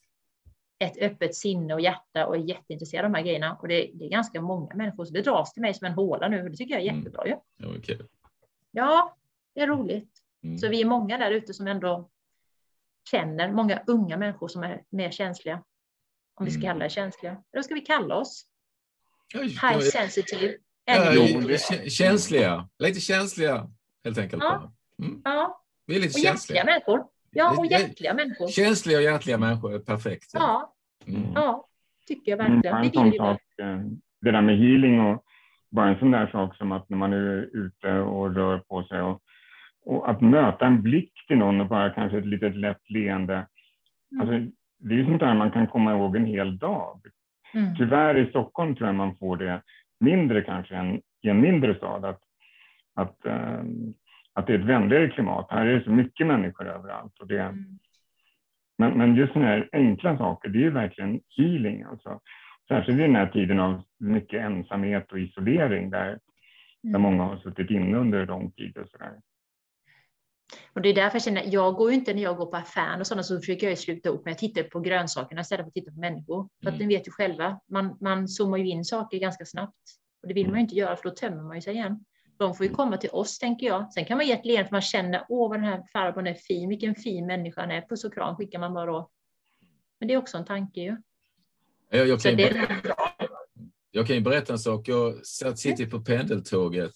ett öppet sinne och hjärta och är jätteintresserad av de här grejerna. Och det, det är ganska många människor, så det dras till mig som en håla nu. Och det tycker jag är jättebra. Mm. Ja, okay. Ja, det är roligt. Mm. Så vi är många där ute som ändå känner, många unga människor som är mer känsliga. Om vi ska kalla det känsliga. Eller ska vi kalla oss? High sensitive. Ja, känsliga. Lite känsliga, helt enkelt. Ja, mm. ja. Vi är lite och känsliga. Hjärtliga människor. Ja, och hjärtliga människor. Känsliga och hjärtliga människor är perfekt. Ja, mm. ja, tycker jag verkligen. Mm, en sån sak, det där med healing och bara en sån där sak som att när man är ute och rör på sig och, och att möta en blick till någon och bara kanske ett litet lätt leende. Mm. Alltså, det är ju sånt där man kan komma ihåg en hel dag. Mm. Tyvärr i Stockholm tror jag man får det mindre kanske än i en mindre stad. Att, att, um, att det är ett vänligare klimat. Här är det så mycket människor överallt. Och det, mm. men, men just sådana här enkla saker, det är ju verkligen healing. Alltså. Särskilt i den här tiden av mycket ensamhet och isolering där, mm. där många har suttit inne under lång tid och sådär. Och det är därför jag känner, jag går ju inte när jag går på affären och sådana, så försöker jag sluta upp, men jag tittar på grönsakerna istället för att titta på människor. För att mm. ni vet ju själva, man, man zoomar ju in saker ganska snabbt. Och det vill man ju inte göra, för då tömmer man ju sig igen. De får ju komma till oss, tänker jag. Sen kan man ge ett leende för man känner, åh vad den här farbrorn är fin, vilken fin människa han är. Puss och kram skickar man bara då. Men det är också en tanke ju. Jag, jag, kan, det ju berätta, jag kan ju berätta en sak. Jag satt sitter på pendeltåget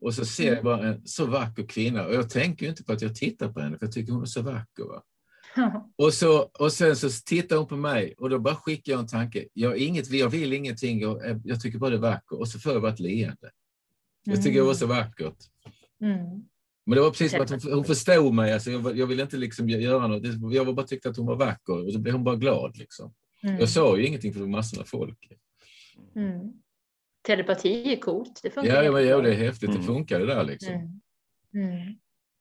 Och så ser jag bara en så vacker kvinna. Och jag tänker ju inte på att jag tittar på henne, för jag tycker hon är så vacker. Va? Och, så, och sen så tittar hon på mig och då bara skickar jag en tanke. Jag, inget, jag vill ingenting, jag, jag tycker bara det är vackert. Och så får jag bara ett leende. Jag tycker mm. det var så vackert. Mm. Men det var precis som att hon, hon förstod mig. Alltså jag, jag ville inte liksom göra något. Jag var bara tyckte att hon var vacker. Och så blev hon bara glad. Liksom. Mm. Jag sa ju ingenting för det var massor av folk. Mm. Telepati är coolt. Det funkar. Ja, ja, ja, det är häftigt. Mm. Det funkar det där liksom. Mm. Mm.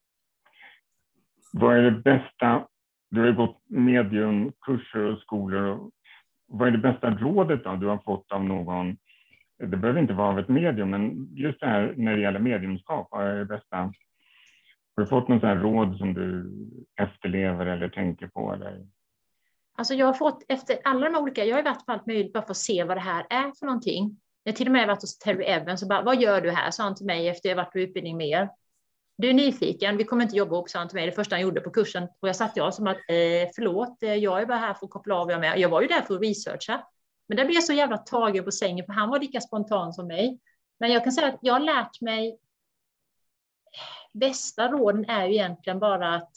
Vad är det bästa? Du har ju gått mediumkurser och skolor. Vad är det bästa rådet då du har fått av någon? Det behöver inte vara av ett medium, men just det här när det gäller mediumskap, vad är det bästa? Har du fått något så här råd som du efterlever eller tänker på? Eller? Alltså jag har fått, efter alla de olika, jag har varit på allt möjligt bara för att se vad det här är för någonting. Jag till och med varit hos Terry Evans och bara, vad gör du här? Sa han till mig efter jag varit på utbildning med er. Du är nyfiken, vi kommer inte jobba ihop, sa han till mig det första han gjorde på kursen. Och jag satt jag som att, eh, förlåt, jag är bara här för att koppla av jag med. Jag var ju där för att researcha. Men det blev jag så jävla tagen på sängen, för han var lika spontan som mig. Men jag kan säga att jag har lärt mig, bästa råden är ju egentligen bara att,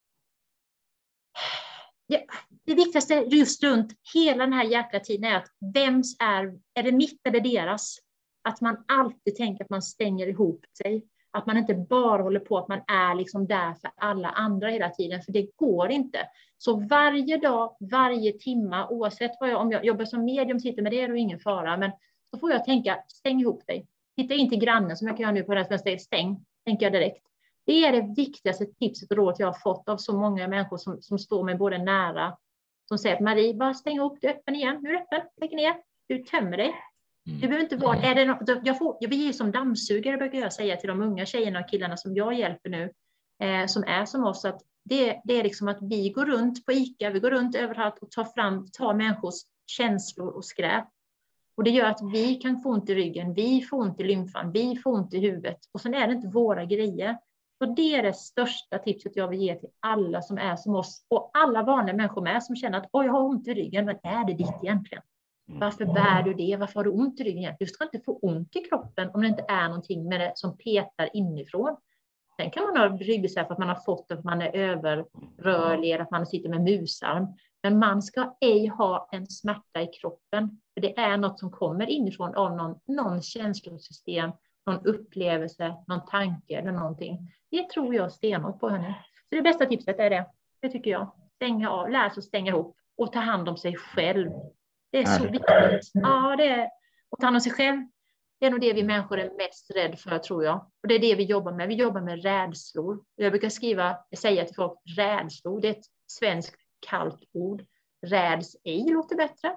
ja, det viktigaste just runt hela den här jäkla tiden är att vems är, är det mitt eller deras? Att man alltid tänker att man stänger ihop sig. Att man inte bara håller på att man är liksom där för alla andra hela tiden. För det går inte. Så varje dag, varje timma, oavsett vad jag, om jag jobbar som medium, sitter med det är det ingen fara. Men så får jag tänka, stäng ihop dig. Titta in till grannen som jag kan göra nu på den här stäng, tänker jag direkt. Det är det viktigaste tipset och rådet jag har fått av så många människor som, som står mig både nära. Som säger att Marie, bara stäng ihop, du är öppen igen. Nu är du öppen, lägg ner, du tömmer dig. Du behöver inte vara, är det något, jag, får, jag blir ju som dammsugare, brukar jag säga till de unga tjejerna och killarna som jag hjälper nu, eh, som är som oss, att det, det är liksom att vi går runt på ICA, vi går runt överallt och tar fram, tar människors känslor och skräp. Och det gör att vi kan få ont i ryggen, vi får ont i lymfan, vi får ont i huvudet. Och sen är det inte våra grejer. Så det är det största tipset jag vill ge till alla som är som oss, och alla vanliga människor med som känner att oj, jag har ont i ryggen, men är det ditt egentligen? Varför bär du det? Varför har du ont i ryggen? Du ska inte få ont i kroppen om det inte är någonting med det som petar inifrån. Sen kan man ha ryggbesvär för att man har fått det, att man är överrörlig eller att man sitter med musarm. Men man ska ej ha en smärta i kroppen. För det är något som kommer inifrån av någon, någon känslosystem, någon upplevelse, någon tanke eller någonting. Det tror jag stenhårt på henne. Så det bästa tipset är det. Det tycker jag. Stänga av, lära sig att stänga ihop och ta hand om sig själv. Det är så viktigt. Ja, det är att ta hand om sig själv. Det är nog det vi människor är mest rädd för, tror jag. Och det är det vi jobbar med. Vi jobbar med rädslor. Jag brukar skriva, säga till folk, rädslor. Det är ett svenskt kallt ord. Räds ej låter bättre.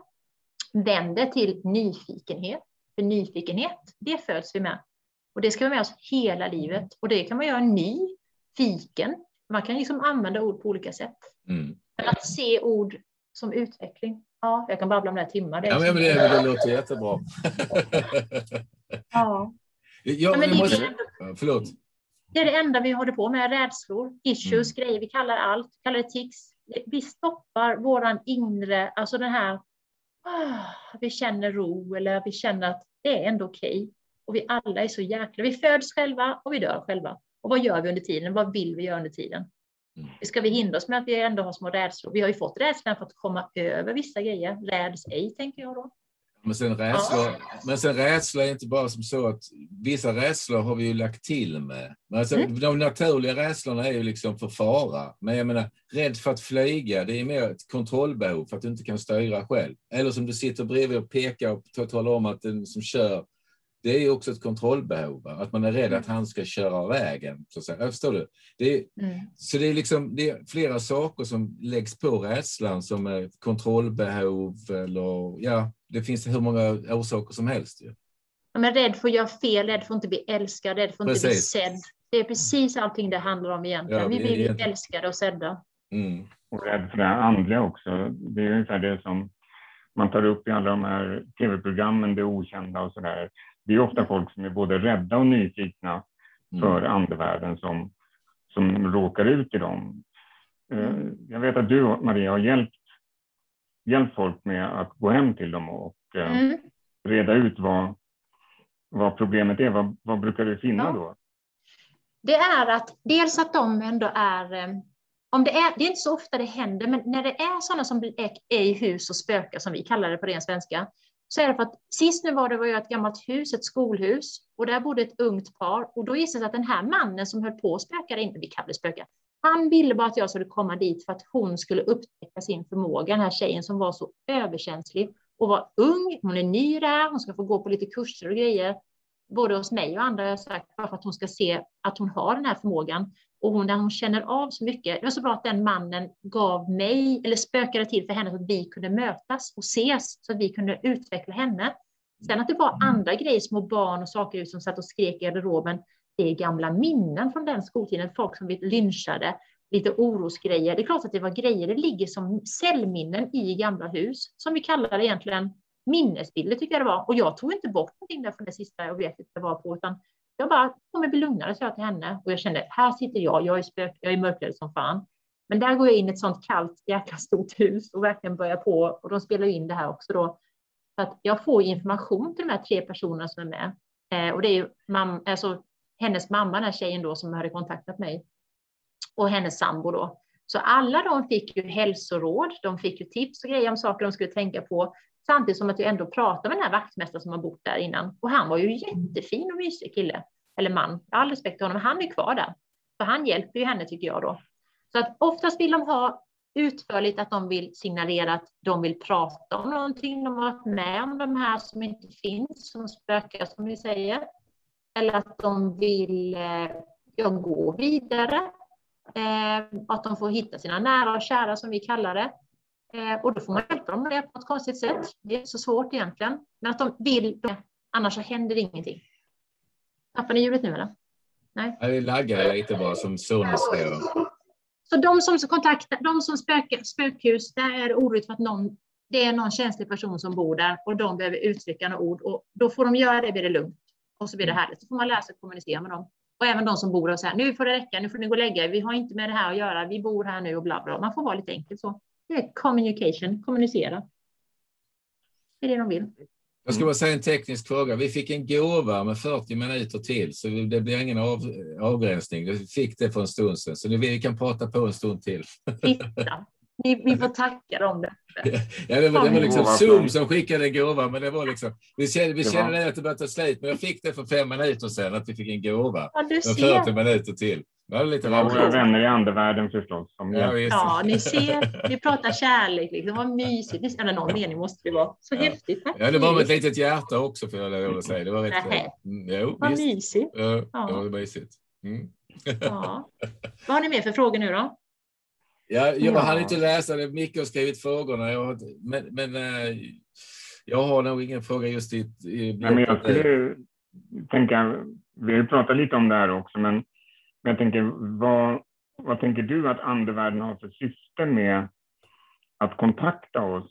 Vänd det till nyfikenhet. För nyfikenhet, det föds vi med. Och det ska vi med oss hela livet. Och det kan man göra nyfiken. Man kan liksom använda ord på olika sätt. Mm. Men att se ord som utveckling. Ja, jag kan babbla om det här timmar. Det ja, men det, det låter jättebra. ja. Jag, men det, måste... är det, enda... Förlåt. det är det enda vi håller på med. Rädslor, issues, mm. grejer. Vi kallar allt. Vi kallar det tics. Vi stoppar våran inre, alltså den här, oh, vi känner ro eller vi känner att det är ändå okej. Okay. Och vi alla är så jäkla, vi föds själva och vi dör själva. Och vad gör vi under tiden? Vad vill vi göra under tiden? Mm. Ska vi hindra oss med att vi ändå har små rädslor? Vi har ju fått rädslan för att komma över vissa grejer. Räds ej, tänker jag då. Men sen rädsla, ja. men sen rädsla är inte bara som så att vissa rädslor har vi ju lagt till med. Men alltså, mm. de naturliga rädslorna är ju liksom för fara. Men jag menar, rädd för att flyga, det är mer ett kontrollbehov för att du inte kan styra själv. Eller som du sitter bredvid och pekar och talar om att den som kör, det är ju också ett kontrollbehov. Att man är rädd att han ska köra av vägen. Så att säga. Jag förstår du? Det är, mm. Så det är, liksom, det är flera saker som läggs på rädslan som är kontrollbehov. Eller, ja, det finns hur många orsaker som helst. Ja. Ja, men rädd för att göra fel, rädd för att inte bli älskad, rädd för att inte bli sedd. Det är precis allting det handlar om egentligen. Ja, vi vill bli älskade och sedda. Mm. Och rädd för det andliga också. Det är ungefär det som man tar upp i alla de här tv-programmen, det okända och sådär. Det är ofta folk som är både rädda och nyfikna mm. för andevärlden som, som råkar ut i dem. Mm. Jag vet att du, Maria, har hjälpt, hjälpt folk med att gå hem till dem och mm. reda ut vad, vad problemet är? Vad, vad brukar du finna Ja. då? Det är att dels att de ändå är, eh, om det är, det är inte så ofta det händer, men när det är sådana som är, är i hus och spökar, som vi kallar det på ren svenska, så är det för att sist nu var det, var ju ett gammalt hus, ett skolhus, och där bodde ett ungt par, och då gissade det att den här mannen som höll på att spöka, inte vi kallar det spöka, han ville bara att jag skulle komma dit för att hon skulle upptäcka sin förmåga, den här tjejen som var så överkänslig och var ung, hon är ny där, hon ska få gå på lite kurser och grejer, både hos mig och andra har jag sagt, bara för att hon ska se att hon har den här förmågan. Och hon, när hon känner av så mycket, det var så bra att den mannen gav mig, eller spökade till för henne, så att vi kunde mötas och ses, så att vi kunde utveckla henne. Sen att det var andra grejer, små barn och saker som satt och skrek i garderoben, det är gamla minnen från den skoltiden, folk som blev lynchade, lite orosgrejer. Det är klart att det var grejer, det ligger som cellminnen i gamla hus, som vi kallar det egentligen minnesbilder, tycker jag det var. Och jag tog inte bort någonting där från det sista objektet jag var på, utan jag bara kommer bli lugnare, så jag till henne. Och jag kände, här sitter jag, jag är spök, jag är mörkrädd som fan. Men där går jag in i ett sånt kallt, jäkla stort hus och verkligen börjar på, och de spelar in det här också då. Så att jag får information till de här tre personerna som är med. Eh, och det är ju mam- alltså, hennes mamma, den här tjejen då, som hade kontaktat mig. Och hennes sambo då. Så alla de fick ju hälsoråd, de fick ju tips och grejer om saker de skulle tänka på. Samtidigt som att jag ändå pratade med den här vaktmästaren som har bott där innan. Och han var ju jättefin och mysig kille. Eller man. Jag har all respekt för honom. Han är kvar där. För han hjälper ju henne, tycker jag då. Så att oftast vill de ha utförligt att de vill signalera att de vill prata om någonting. De har varit med om de här som inte finns. Som spökar, som vi säger. Eller att de vill eh, ja, gå vidare. Eh, att de får hitta sina nära och kära, som vi kallar det. Eh, och då får man hjälpa dem med det på ett konstigt sätt. Det är inte så svårt egentligen. Men att de vill, annars så händer ingenting. Tappar ni ljudet nu eller? Nej. Ja, det laggar lite bara som sonen säger. Så de som kontaktar, de som spökar, spökhus, där är det oroligt för att någon, det är någon känslig person som bor där och de behöver uttrycka några ord. Och då får de göra det, blir det lugnt. Och så blir det härligt. Så får man lära sig att kommunicera med dem. Och även de som bor och säger, nu får det räcka, nu får ni gå och lägga er. Vi har inte med det här att göra, vi bor här nu och bla bla. Man får vara lite enkelt så. Det är communication, kommunicera. Det är det de vill. Jag ska bara säga en teknisk fråga. Vi fick en gåva med fyrtio minuter till, så det blir ingen av, avgränsning. Vi fick det för en stund sedan, så vi kan prata på en stund till. Titta. Vi, vi får tacka dem. Det. Ja, det var, det var liksom Zoom som skickade en gåva, men det var liksom, vi kände, vi kände det att det började ta slut, men jag fick det för fem minuter sedan, att vi fick en gåva. Ja, du ser. fyrtio minuter till. Det var lite det var våra vänner i andevärlden förstås. Som ja, ja, ni ser, vi pratar kärlek, liksom. Vad mysigt. Visst, eller någon mening måste det vara. Så ja. Häftigt. Tack. Ja, det var med ett litet hjärta också, för jag vill säga. Det var rätt. Mm, jo, vad visst. mysigt. Ja, ja. Det var mysigt. Mm. Ja. Vad har ni med för frågor nu då? Ja, jag ja. hann inte läsa det. Micke har skrivit frågorna. Jag har, men men äh, jag har nog ingen fråga just i... i Nej, men jag skulle tänka, vi pratar lite om det här också, men jag tänker, vad, vad tänker du att andevärlden har för syfte med att kontakta oss?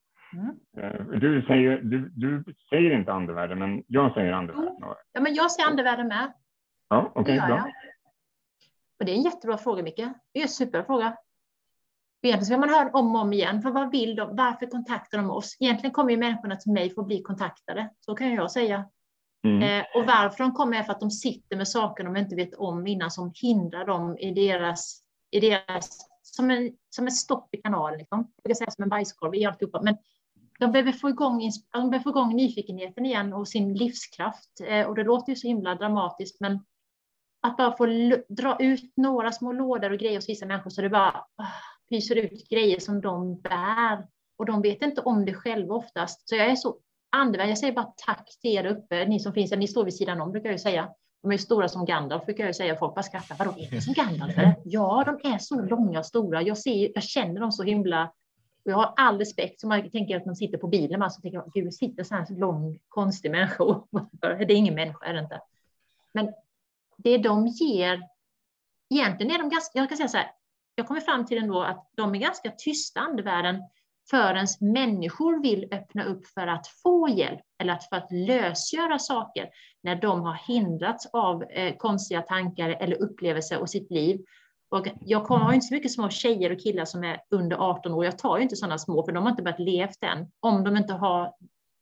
Mm. Du, säger, du, du säger inte andevärlden, men jag säger andevärlden. Ja, men jag säger andevärlden med. Ja, okej, okay, bra. Och det är en jättebra fråga, Micke. Det är en superfråga. Egentligen ska man höra om och om igen. För vad vill de? Varför kontaktar de oss? Egentligen kommer ju människorna till mig för att bli kontaktade. Så kan jag säga. Mm. Eh, och varför de kommer är för att de sitter med saker de inte vet om innan, som hindrar dem i deras, i deras som, en, som ett stopp i kanalen. Liksom. Jag kan säga som en bajskorv i alltihopa. Men de behöver få igång, de behöver få igång nyfikenheten igen och sin livskraft. Eh, och det låter ju så himla dramatiskt, men att bara få l- dra ut några små lådor och grejer hos vissa människor, så det bara uh, pyser ut grejer som de bär. Och de vet inte om det själva oftast. Så jag är så andevärld. Jag säger bara tack till er uppe. Ni som finns där, ni står vid sidan om, brukar jag säga. De är stora som Gandalf, brukar jag säga. Folk bara skrattar. Vadå, är det som Gandalf? Ja, de är så långa och stora. Jag, ser, jag känner dem så himla. Och jag har all respekt. Som jag tänker att de sitter på bilen. Man så tänker jag, gud, sitter så här så lång, konstig människa. Det är ingen människa, är det inte. Men det de ger, egentligen är de ganska, jag kan säga så här, jag kommer fram till ändå att de är ganska tysta, andevärlden, förrän människor vill öppna upp för att få hjälp, eller att för att lösgöra saker när de har hindrats av eh, konstiga tankar eller upplevelser och sitt liv. Och jag kommer, har inte så mycket små tjejer och killar som är under arton år. Jag tar ju inte sådana små, för de har inte börjat levt än. Om de inte har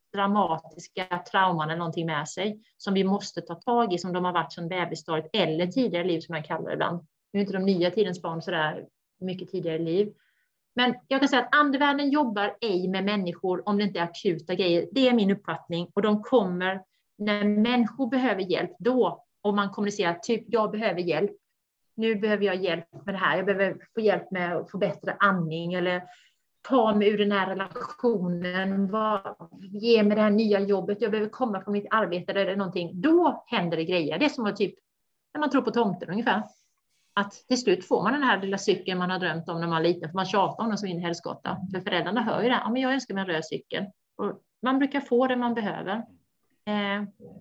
dramatiska trauman eller någonting med sig som vi måste ta tag i, som de har varit som bebisstadiet eller tidigare liv som jag kallar det ibland. Nu är inte de nya tidens barn så där mycket tidigare liv. Men jag kan säga att andevärlden jobbar ej med människor om det inte är akuta grejer. Det är min uppfattning. Och de kommer, när människor behöver hjälp, då, om man kommunicerar, typ jag behöver hjälp. Nu behöver jag hjälp med det här. Jag behöver få hjälp med att få bättre andning eller ta mig ur den här relationen. Vad, ge mig det här nya jobbet. Jag behöver komma från mitt arbete eller någonting. Då händer det grejer. Det är som att typ, när man tror på tomten ungefär. Att till slut får man den här lilla cykeln man har drömt om när man är liten. För man tjatar om den så in i helskotta. För föräldrarna hör ju det. Ja, men jag önskar mig en röd cykel. Och man brukar få det man behöver. Eh,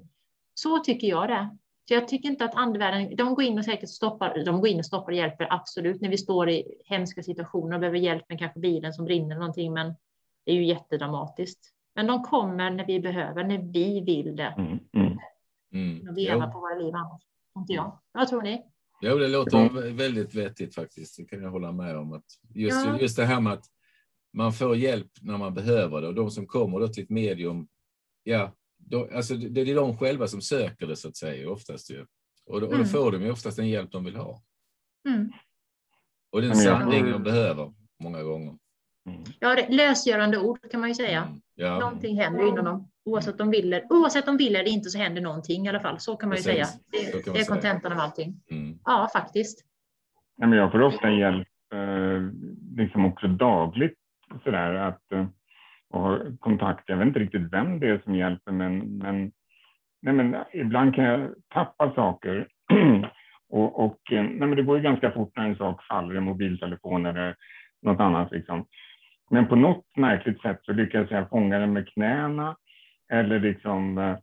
så tycker jag det. Så jag tycker inte att andevärlden, de går in och säkert stoppar, de går in och stoppar och hjälper absolut när vi står i hemska situationer och behöver hjälp med kanske bilen som brinner eller någonting, men det är ju jättedramatiskt. Men de kommer när vi behöver, när vi vill det. Mm, mm. Mm. När vi lever på våra liv annars. Inte jag. Vad tror ni? Jo, det låter väldigt vettigt faktiskt. Det kan jag hålla med om. Att just, Ja. just det här med att man får hjälp när man behöver det. Och de som kommer då till ett medium, ja, då, alltså det är de själva som söker det så att säga oftast ju. Och då, och då Mm. får de ju oftast den hjälp de vill ha. Mm. Och den Men jag sanning tror- de behöver många gånger. Mm. Ja, det, lösgörande ord kan man ju säga. Mm. Ja, Någonting händer inom dem. Oavsett om de vill eller, oavsett om de vill eller inte så händer någonting i alla fall. Så kan man ju Precis. säga. Så Det, kan man det är säga. kontentan av allting. mm. Ja, faktiskt. Ja, men jag får ofta hjälp eh, liksom också dagligt sådär att eh, och ha kontakt. Jag vet inte riktigt vem det är som hjälper, men, men, nej, men ibland kan jag tappa saker och, och eh, nej, men det går ju ganska fort när en sak faller, en mobiltelefon eller något annat liksom. Men på något märkligt sätt så lyckas jag fånga den med knäna eller liksom eh,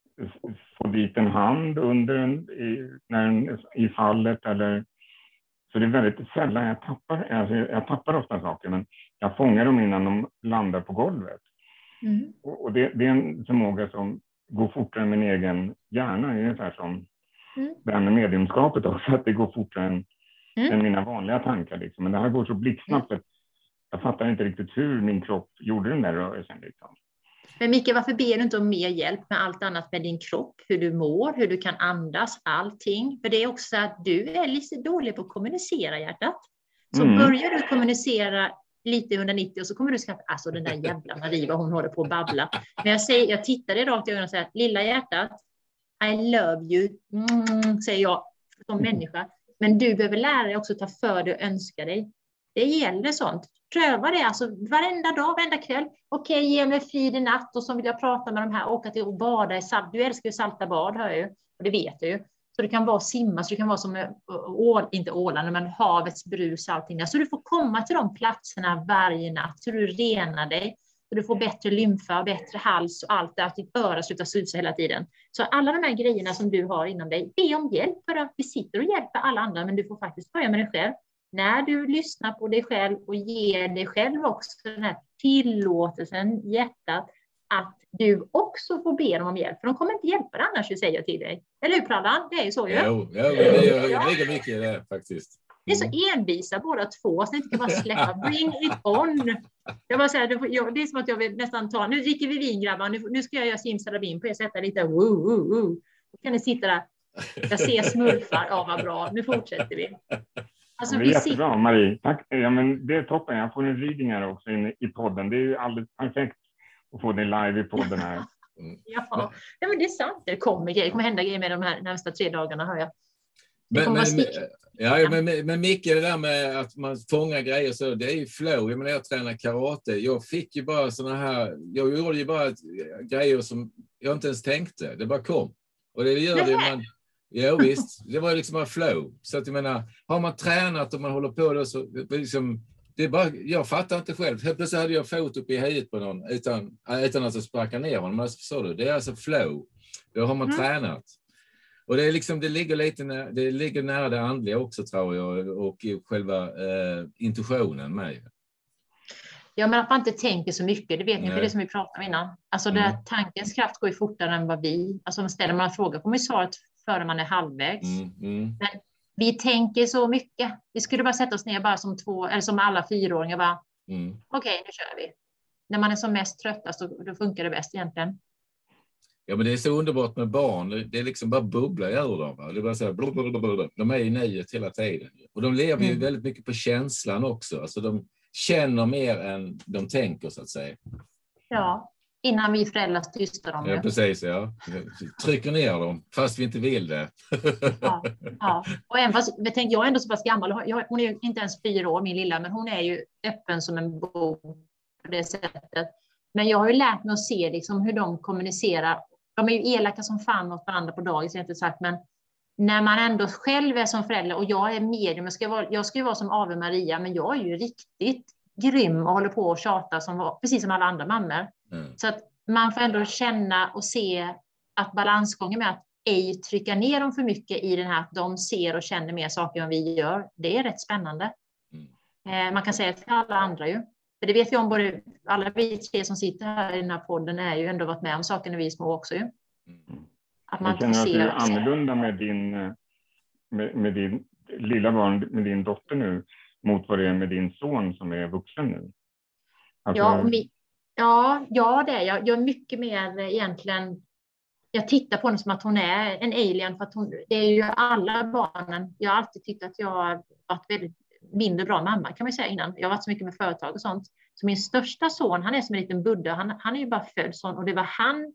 få dit en hand under en, i, när en, i fallet eller så det är väldigt sällan jag tappar, alltså jag tappar ofta saker men jag fångar dem innan de landar på golvet. Mm. Och, och det, det är en förmåga som går fortare än min egen hjärna, ungefär som Mm. det här med mediumskapet också, att det går fortare än, Mm. än mina vanliga tankar liksom. Men det här går så blixtsnabbt att jag fattar inte riktigt hur min kropp gjorde den där rörelsen liksom. Men Micke, varför ber du inte om mer hjälp med allt annat med din kropp? Hur du mår, hur du kan andas, allting. För det är också att du är lite dålig på att kommunicera, hjärtat. Så Mm. börjar du kommunicera lite hundranittio och så kommer du skratta, alltså den där jävla Marie, vad hon håller på att babbla. Men jag, säger, jag tittar dig rakt i ögonen och säger, lilla hjärtat, I love you, mm, säger jag som människa. Men du behöver lära dig också att ta för dig och önska dig. Det gäller sånt. Pröva det alltså varenda dag, varenda kväll. Okej, ge mig frid i natt och så vill jag prata med de här, åka till och bada i salt. Du älskar ju salta bad, hör jag ju. Och det vet jag ju. Så det kan vara simma, så det kan vara som, ål, inte Åland, men havets brus, allting där. Så du får komma till de platserna varje natt, så du renar dig. Så du får bättre lymfa, bättre hals och allt det, att ditt öra slutar susa hela tiden. Så alla de här grejerna som du har inom dig, be om hjälp för att vi sitter och hjälper alla andra, men du får faktiskt börja med dig själv. När du lyssnar på dig själv och ger dig själv också den här tillåtelsen, hjärtat, att du också får be dem om hjälp. För de kommer inte hjälpa dig annars, säger jag till dig. Eller hur, Prallan? Det är ju så ju. Jo, ja, det gör ligger mycket i det faktiskt. Det är så envisa båda två, så ni inte kan bara släppa. Bring it on. Jag bara säger, det är som att jag vill nästan ta, nu dricker vi vin grabbar, nu, nu ska jag göra simsalabim på er, sätta lite woo, woo, woo. Då kan ni sitta där. Jag ser smurfar, ja vad bra, nu fortsätter vi. Alltså, det är vi jättebra, sitter... Marie. Tack. Ja, men det är toppen. Jag får en reading här också in i podden. Det är ju alldeles perfekt att få det live i podden här. Mm. Ja, ja, men det är sant. Det kommer grejer. Det kommer hända grejer med de här närmsta tre dagarna, hör jag. Det Men, men, men, ja, men, men Micke, det där med att man fångar grejer så, det är ju flow. Jag menar, jag tränar karate. Jag fick ju bara såna här, jag gjorde ju bara grejer som jag inte ens tänkte. Det bara kom. Och det gör det man, ja visst, det var liksom bara flow. Så att jag menar, har man tränat och man håller på då så, liksom, det är bara, jag fattar inte själv. Helt plötsligt hade jag fot upp i huvudet på någon utan, utan att sparka ner honom. Men så det, det är alltså flow. Då har man mm. tränat. Och det är liksom, det ligger lite nära, det ligger nära det andliga också, tror jag, och själva eh, intuitionen med. Ja, men att man inte tänker så mycket, det vet ni, Nej. för det som vi pratade om innan. Alltså Mm. det, tankens kraft går ju fortare än vad vi, alltså ställer man en fråga kommer ju svaret före man är halvvägs. Mm, mm. Men vi tänker så mycket. Vi skulle bara sätta oss ner bara som två, eller som alla fyraåringar bara, Mm. okej, okay, nu kör vi. när man är som mest tröttast, då, då funkar det bäst egentligen. Ja, men det är så underbart med barn. Det är liksom bara bubbla ur dem. Va? Det är bara så här, blablabla. De är i nöjet hela tiden. Och de lever ju mm. väldigt mycket på känslan också. Alltså de känner mer än de tänker, så att säga. Ja, innan vi föräldrar tystar dem. Ja, precis. Ja. Trycker ner dem, fast vi inte vill det. Ja, ja. Och även fast, jag är ändå så pass gammal. Jag, hon är ju inte ens fyra år, min lilla, men hon är ju öppen som en bok på det sättet. Men jag har ju lärt mig att se liksom hur de kommunicerar. De är ju elaka som fan mot varandra på dagis, inte sagt, men när man ändå själv är som förälder och jag är medium, jag ska vara, jag ska ju vara som Ave Maria, men jag är ju riktigt grym och håller på och tjata som, precis som alla andra mammor. Mm. Så att man får ändå känna och se att balansgången med att ej trycka ner dem för mycket i den här, att de ser och känner mer saker än vi gör, det är rätt spännande. Mm. Eh, man kan säga till alla andra ju. För det vet vi om, både alla vi tre som sitter här i den här podden är ju ändå varit med om saker när vi är små också ju. Att man jag känner att du är annorlunda med din, med, med din lilla barn, med din dotter nu, mot vad det är med din son som är vuxen nu. Alltså... Ja, mi, ja, ja, det är jag. Jag är mycket mer egentligen, jag tittar på henne som att hon är en alien, för att hon, det är ju alla barnen. Jag har alltid tyckt att jag har varit väldigt mindre bra mamma, kan man säga innan. Jag har varit så mycket med företag och sånt. Så min största son, han är som en liten Buddha. Han, han är ju bara född sån. Och det var han,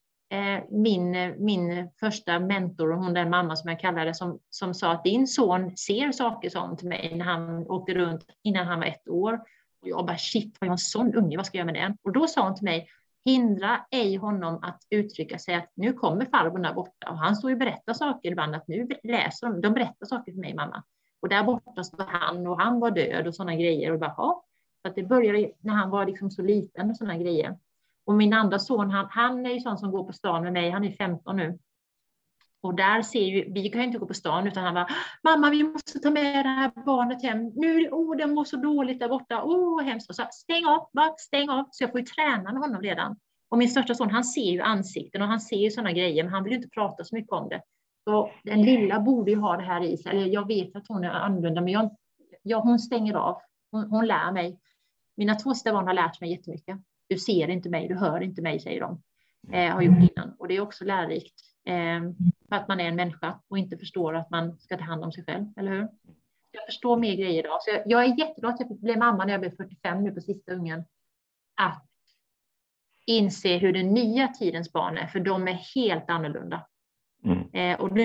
eh, min, min första mentor, och hon den mamma som jag kallar det, som, som sa att din son ser saker sånt till mig när han åkte runt innan han var ett år. Och jag bara, shit, vad är en sån unge, vad ska jag göra med den? Och då sa hon till mig, hindra ej honom att uttrycka sig att nu kommer farbror där borta. Och han står ju och berättar saker ibland, att nu läser de, de berättar saker för mig, mamma. Och där borta stod han och han var död och sådana grejer. Och bara, ja. Så att det började när han var liksom så liten och sådana grejer. Och min andra son, han, han är ju sån som går på stan med mig. Han är femton nu. Och där ser ju, vi kan ju inte gå på stan, utan han bara, mamma, vi måste ta med det här barnet hem. Nu, oh, den mår så dåligt där borta. Oh, hemskt. Och så stäng av, bara stäng av. Så jag får ju träna med honom redan. Och min största son, han ser ju ansikten och han ser ju sådana grejer. Men han vill ju inte prata så mycket om det. Så den lilla borde ju ha det här i sig. Eller jag vet att hon är annorlunda, men jag, jag, hon stänger av. Hon, hon lär mig. Mina två sista barn har lärt mig jättemycket. Du ser inte mig, du hör inte mig, säger de. Eh, har gjort innan. Och det är också lärorikt. Eh, för att man är en människa och inte förstår att man ska ta hand om sig själv, eller hur? Jag förstår mer grejer idag. Så jag, jag är jätteglad att jag blev mamma när jag blev fyrtiofem nu på sista ungen. Att inse hur den nya tidens barn är. För de är helt annorlunda. Mm. Eh, och det,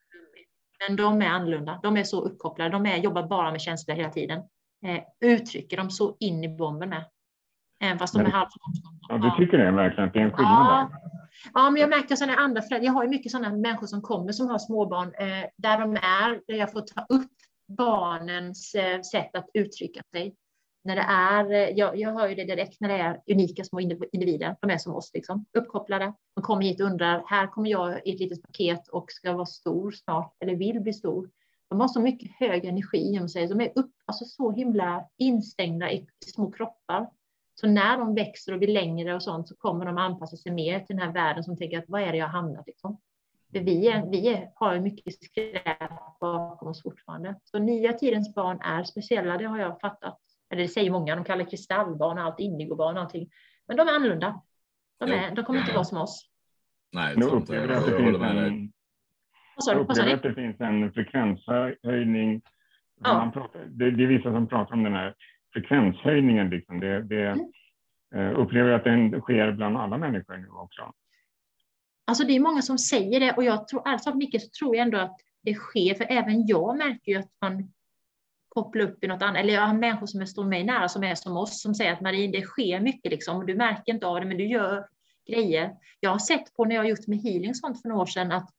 men de är annorlunda. De är så uppkopplade. De är, jobbar bara med känslor hela tiden. Eh, uttrycker de så in i bomben med. Eh, fast de är halv... Ja, du tycker det verkligen att det är en skillnad ja. Där? Ja, men jag märker sådana andra föräldrar. Jag har ju mycket sådana människor som kommer som har småbarn. Eh, där de är, där jag får ta upp barnens eh, sätt att uttrycka sig. När det är, eh, jag, jag hör ju det direkt när det är unika små individer. De är som oss liksom, uppkopplade. De kommer hit och undrar, här kommer jag i ett litet paket och ska vara stor snart, eller vill bli stor. De har så mycket hög energi om sig. De är upp, alltså så himla instängda i små kroppar. Så när de växer och blir längre och sånt, så kommer de anpassa sig mer till den här världen som tänker att vad är det jag har hamnat liksom. För vi, är, vi är, har ju mycket skräp bakom oss fortfarande. Så nya tidens barn är speciella, det har jag fattat. Eller det säger många, de kallar kristallbarn och allt, indigobarn och allting. Men de är annorlunda. De, är, de kommer inte vara som oss. Nej, jag tror inte jag. Jag håller med dig. Jag upplever att det finns en frekvenshöjning. Ja. Man pratar, det, det är vissa som pratar om den här frekvenshöjningen. Liksom. Det, det mm. upplever att den sker bland alla människor nu också. Alltså det är många som säger det, och jag tror, alltså mycket så tror jag ändå att det sker. För även jag märker ju att man kopplar upp i något annat. Eller jag har människor som är står mig nära som är som oss, som säger att Marie, det sker mycket liksom. Du märker inte av det, men du gör grejer. Jag har sett på när jag har gjort med healing sånt för några år sedan att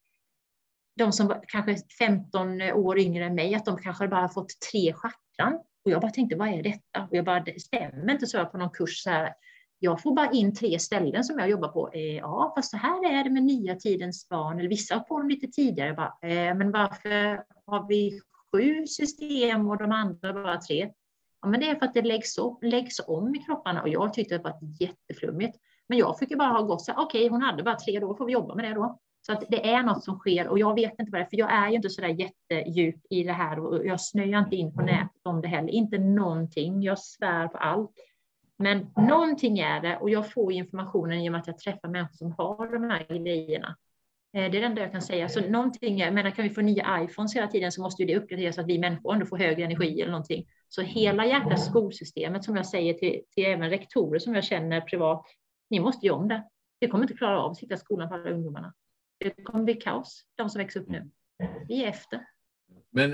de som var kanske femton år yngre än mig, att de kanske bara har fått tre chakran. Och jag bara tänkte, vad är detta? Och jag bara, det stämmer inte, så jag på någon kurs så här. Jag får bara in tre ställen som jag jobbar på. Eh, ja, fast så här är det med nya tidens barn. Eller vissa får dem lite tidigare. Bara, eh, men varför har vi sju system och de andra bara tre? Ja, men det är för att det läggs, upp, läggs om i kropparna. Och jag tyckte det var jätteflummigt. Men jag fick ju bara ha gått så här, okej, okay, hon hade bara tre, då får vi jobba med det då. Så att det är något som sker, och jag vet inte vad det är, för jag är ju inte så där jättedjup i det här, och jag snöar inte in på nätet om det heller, inte någonting, jag svär på allt. Men någonting är det, och jag får informationen genom att jag träffar människor som har de här grejerna. Det är det enda jag kan säga. Så någonting är, men kan vi få nya iPhones hela tiden så måste ju det uppgraderas så att vi människor ändå får högre energi eller någonting. Så hela jäkla skolsystemet, som jag säger till, till även rektorer som jag känner privat, ni måste ju om det. Det kommer inte klara av att sitta i skolan för alla ungdomarna. Det kommer bli kaos, de som växer upp nu. Vi är efter. Men,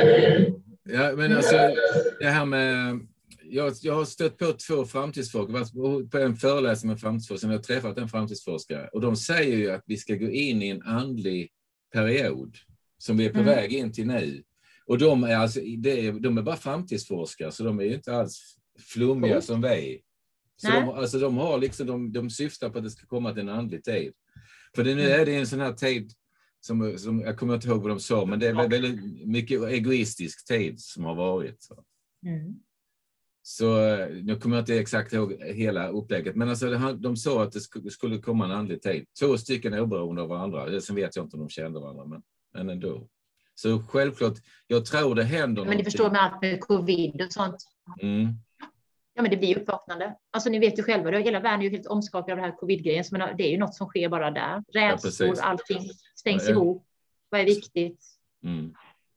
ja, men alltså, det här med... Jag, jag har stött på två framtidsforskare, varit på en föreläsning med framtidsforskare, jag har träffat en framtidsforskare, och de säger ju att vi ska gå in i en andlig period som vi är på mm. väg in till nu. Och de är, alltså, det är, de är bara framtidsforskare, så de är ju inte alls flummiga mm. som vi. Så de, alltså, de, har liksom, de, de syftar på att det ska komma till en andlig tid. För det, nu är det en sån här tid, som, som, jag kommer inte ihåg vad de sa, men det är väldigt mycket egoistisk tid som har varit. Så. Mm. Så nu kommer jag inte exakt ihåg hela upplägget, men alltså det, de sa att det skulle komma en andlig tid. Två stycken oberoende av varandra. Sen vet jag inte om de kände varandra, men, men ändå. Så självklart, jag tror det händer. Men ni förstår med allt med covid och sånt. Mm. Ja, men det blir uppvaknande. Alltså ni vet ju själva, det, hela världen är ju helt omskakad av det här covid-grejen. Men det är ju något som sker bara där. Rädslor, ja, allting stängs ja, ihop. Vad är viktigt? Mm.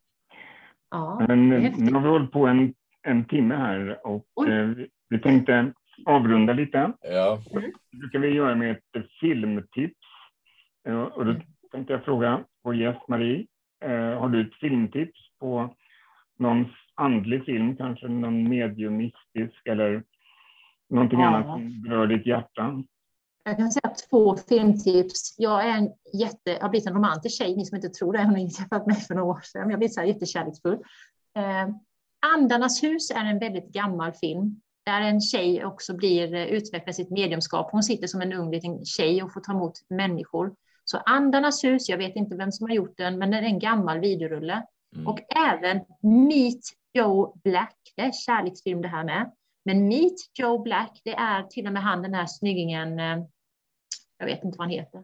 Ja, men nu har vi hållit på en en timme här och eh, vi tänkte avrunda lite. Ja. Mm. Det kan vi göra med ett filmtips. Eh, och då tänkte jag fråga vår gäst Marie, eh, har du ett filmtips på någon andlig film, kanske någon mediumistisk eller någonting ja. annat som berör ditt hjärta? Jag kan säga två filmtips. Jag är en jätte, har blivit en romantisk tjej, ni som inte tror det, hon har inte träffat mig för några år sedan, men jag har blivit så här jättekärleksfull. Eh, Andarnas hus är en väldigt gammal film där en tjej också blir utvecklar sitt mediumskap. Hon sitter som en ung liten tjej och får ta emot människor. Så Andarnas hus, jag vet inte vem som har gjort den, men det är en gammal videorulle. Mm. Och även Meet Joe Black, det är kärleksfilm det här med. Men Meet Joe Black, det är till och med han, den här snyggingen, jag vet inte vad han heter.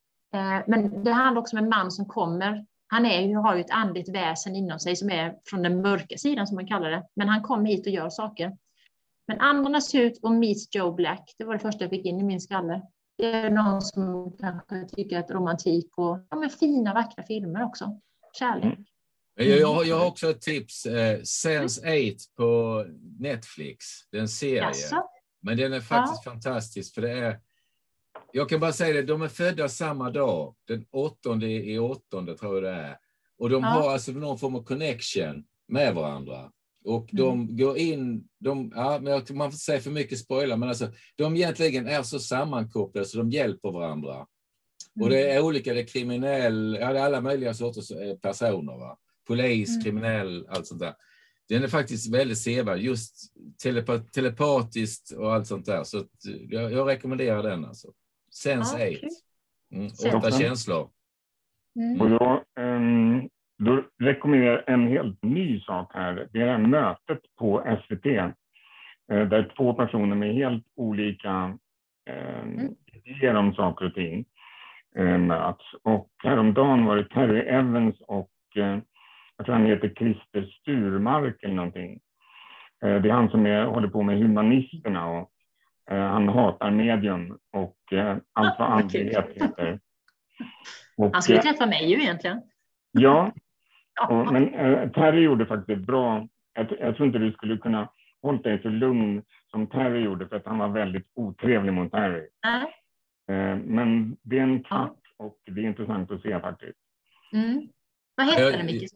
Men det handlar också om en man som kommer. Han är, har ju ett andligt väsen inom sig som är från den mörka sidan som man kallar det. Men han kommer hit och gör saker. Men Andarnas hus och Meet Joe Black, det var det första jag fick in i min skalle. Det är någon som kanske tycker att romantik och ja, men fina, vackra filmer också. Kärlek. Mm. Jag, har, jag har också ett tips. Eh, Sense eight på Netflix. Det är en serie. Jaså? Men den är faktiskt ja. fantastisk. För det är, jag kan bara säga det, de är födda samma dag. Den åttonde i åttonde tror jag det är. Och de ja. har alltså någon form av connection med varandra. Och de mm. går in, de, ja, man får inte säga för mycket spoiler, men alltså, de egentligen är så sammankopplade så de hjälper varandra. Mm. Och det är olika, det är kriminell, ja, det är alla möjliga sorters personer, va? Polis, mm. kriminell, allt sånt där. Den är faktiskt väldigt sevärd, just telepa- telepatiskt och allt sånt där. Så att, jag, jag rekommenderar den alltså. Sense eight. Mm, åtta känslor. Mm. Och då, um, då rekommenderar jag en helt ny sak här. Det är mötet på S V T. Uh, där två personer med helt olika uh, mm. idéer om saker och ting uh, möts. Och häromdagen var det Terry Evans och uh, jag tror han heter Christer Sturmark eller någonting. Uh, det är han som är, håller på med humanisterna och uh, han hatar medium och uh, allt vad andlighet heter. Och, han skulle träffa mig ju egentligen. Ja, och, men uh, Terry gjorde faktiskt bra. Jag, jag tror inte du skulle kunna hålla dig så lugn som Terry gjorde för att han var väldigt otrevlig mot Terry. Nej. Uh, men det är en katt ja. och det är intressant att se faktiskt. Mm. Vad heter den, Micke?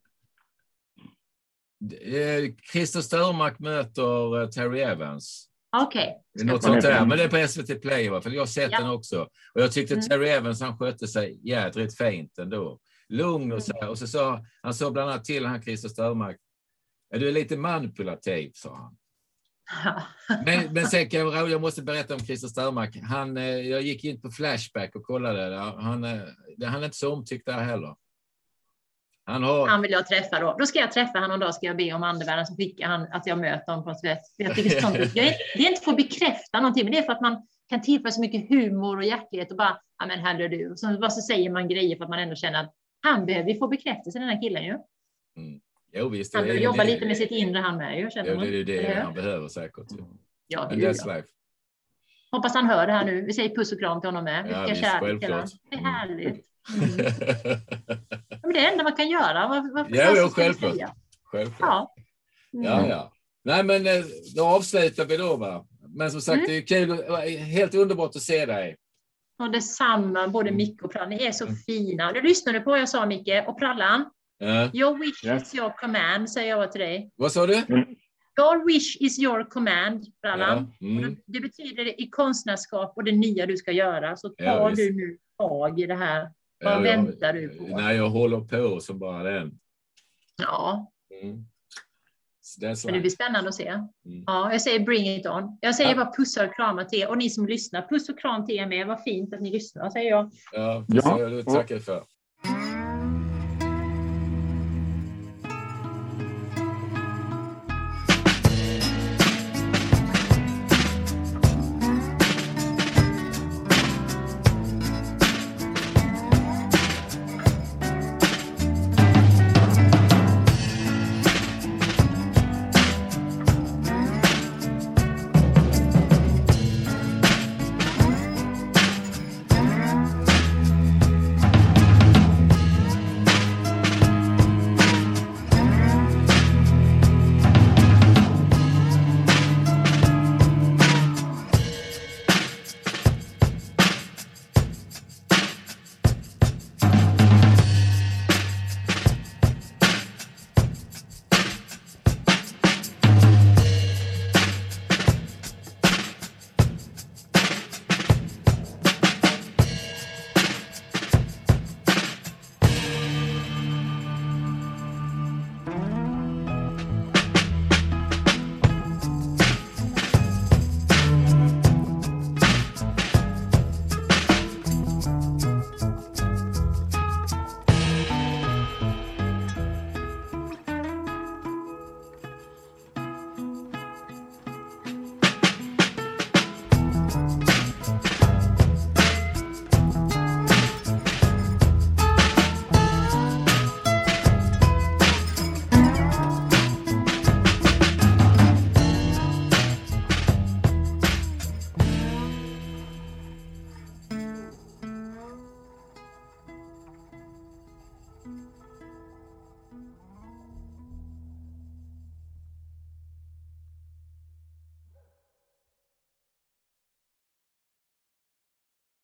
Christer Sturmark möter Terry Evans. Okej. Okay. Något sånt där, men det är på S V T Play, för jag har sett ja. den också. Och jag tyckte mm. Terry Evans, han skötte sig jädrigt fint ändå. Lugn och så här. Och så sa han sa bland annat till han Christer Sturmark, är du lite manipulativ, sa han. men, men sen kan jag, jag måste berätta om Christer Sturmark. Han, jag gick in på Flashback och kollade. Han, han är inte så omtyckt där heller. Han, har... han vill jag träffa då. Då ska jag träffa han och då ska jag be om andevärlden så skickar han att jag möter honom på något sätt. Jag tycker sånt, jag är, det är inte för att bekräfta någonting, men det är för att man kan tillföra så mycket humor och hjärtlighet och bara, ja men här är du. Och så, så säger man grejer för att man ändå känner att han behöver få bekräftelse, den här killen ju. Mm. Jo, visst, han behöver jobba det, lite med sitt inre han med ju. Känner man. Det är det, det han behöver säkert. Ja, And gud, that's ja. life. Hoppas han hör det här nu. Vi säger puss och kram till honom med. Ja, Vilka visst, kärlek. självklart. Det är Mm. härligt. Mm. Men det är det enda man kan göra. Vad, vad, Ja, vad ja, ska vi självklart. säga? Självklart. Ja. Mm. Ja, ja. Nej, men eh, då avslutar vi då, va? Men som sagt, Mm. det är kul, helt underbart att se dig. Och detsamma, både Micke och Prallan. Ni är så fina. Du lyssnade på vad jag sa, Micke. Och Prallan, Ja. your wish Yes. is your command, säger jag till dig. Vad sa du? Your wish is your command, Prallan. Ja. Mm. Och det, det betyder i konstnärskap och det nya du ska göra. Så Ja, tar visst. du nu tag i det här. Vad Ja, väntar jag, du på? Nej, jag håller på som bara den. Ja, Mm. Så that's men det blir life. spännande att se. Mm. Ja, jag säger bring it on. Jag säger Ja. bara pussar och kramar till er. Och ni som lyssnar, puss och kram till er med. Vad fint att ni lyssnar, säger jag. Ja, det Ja. säger jag, det tackar jag för.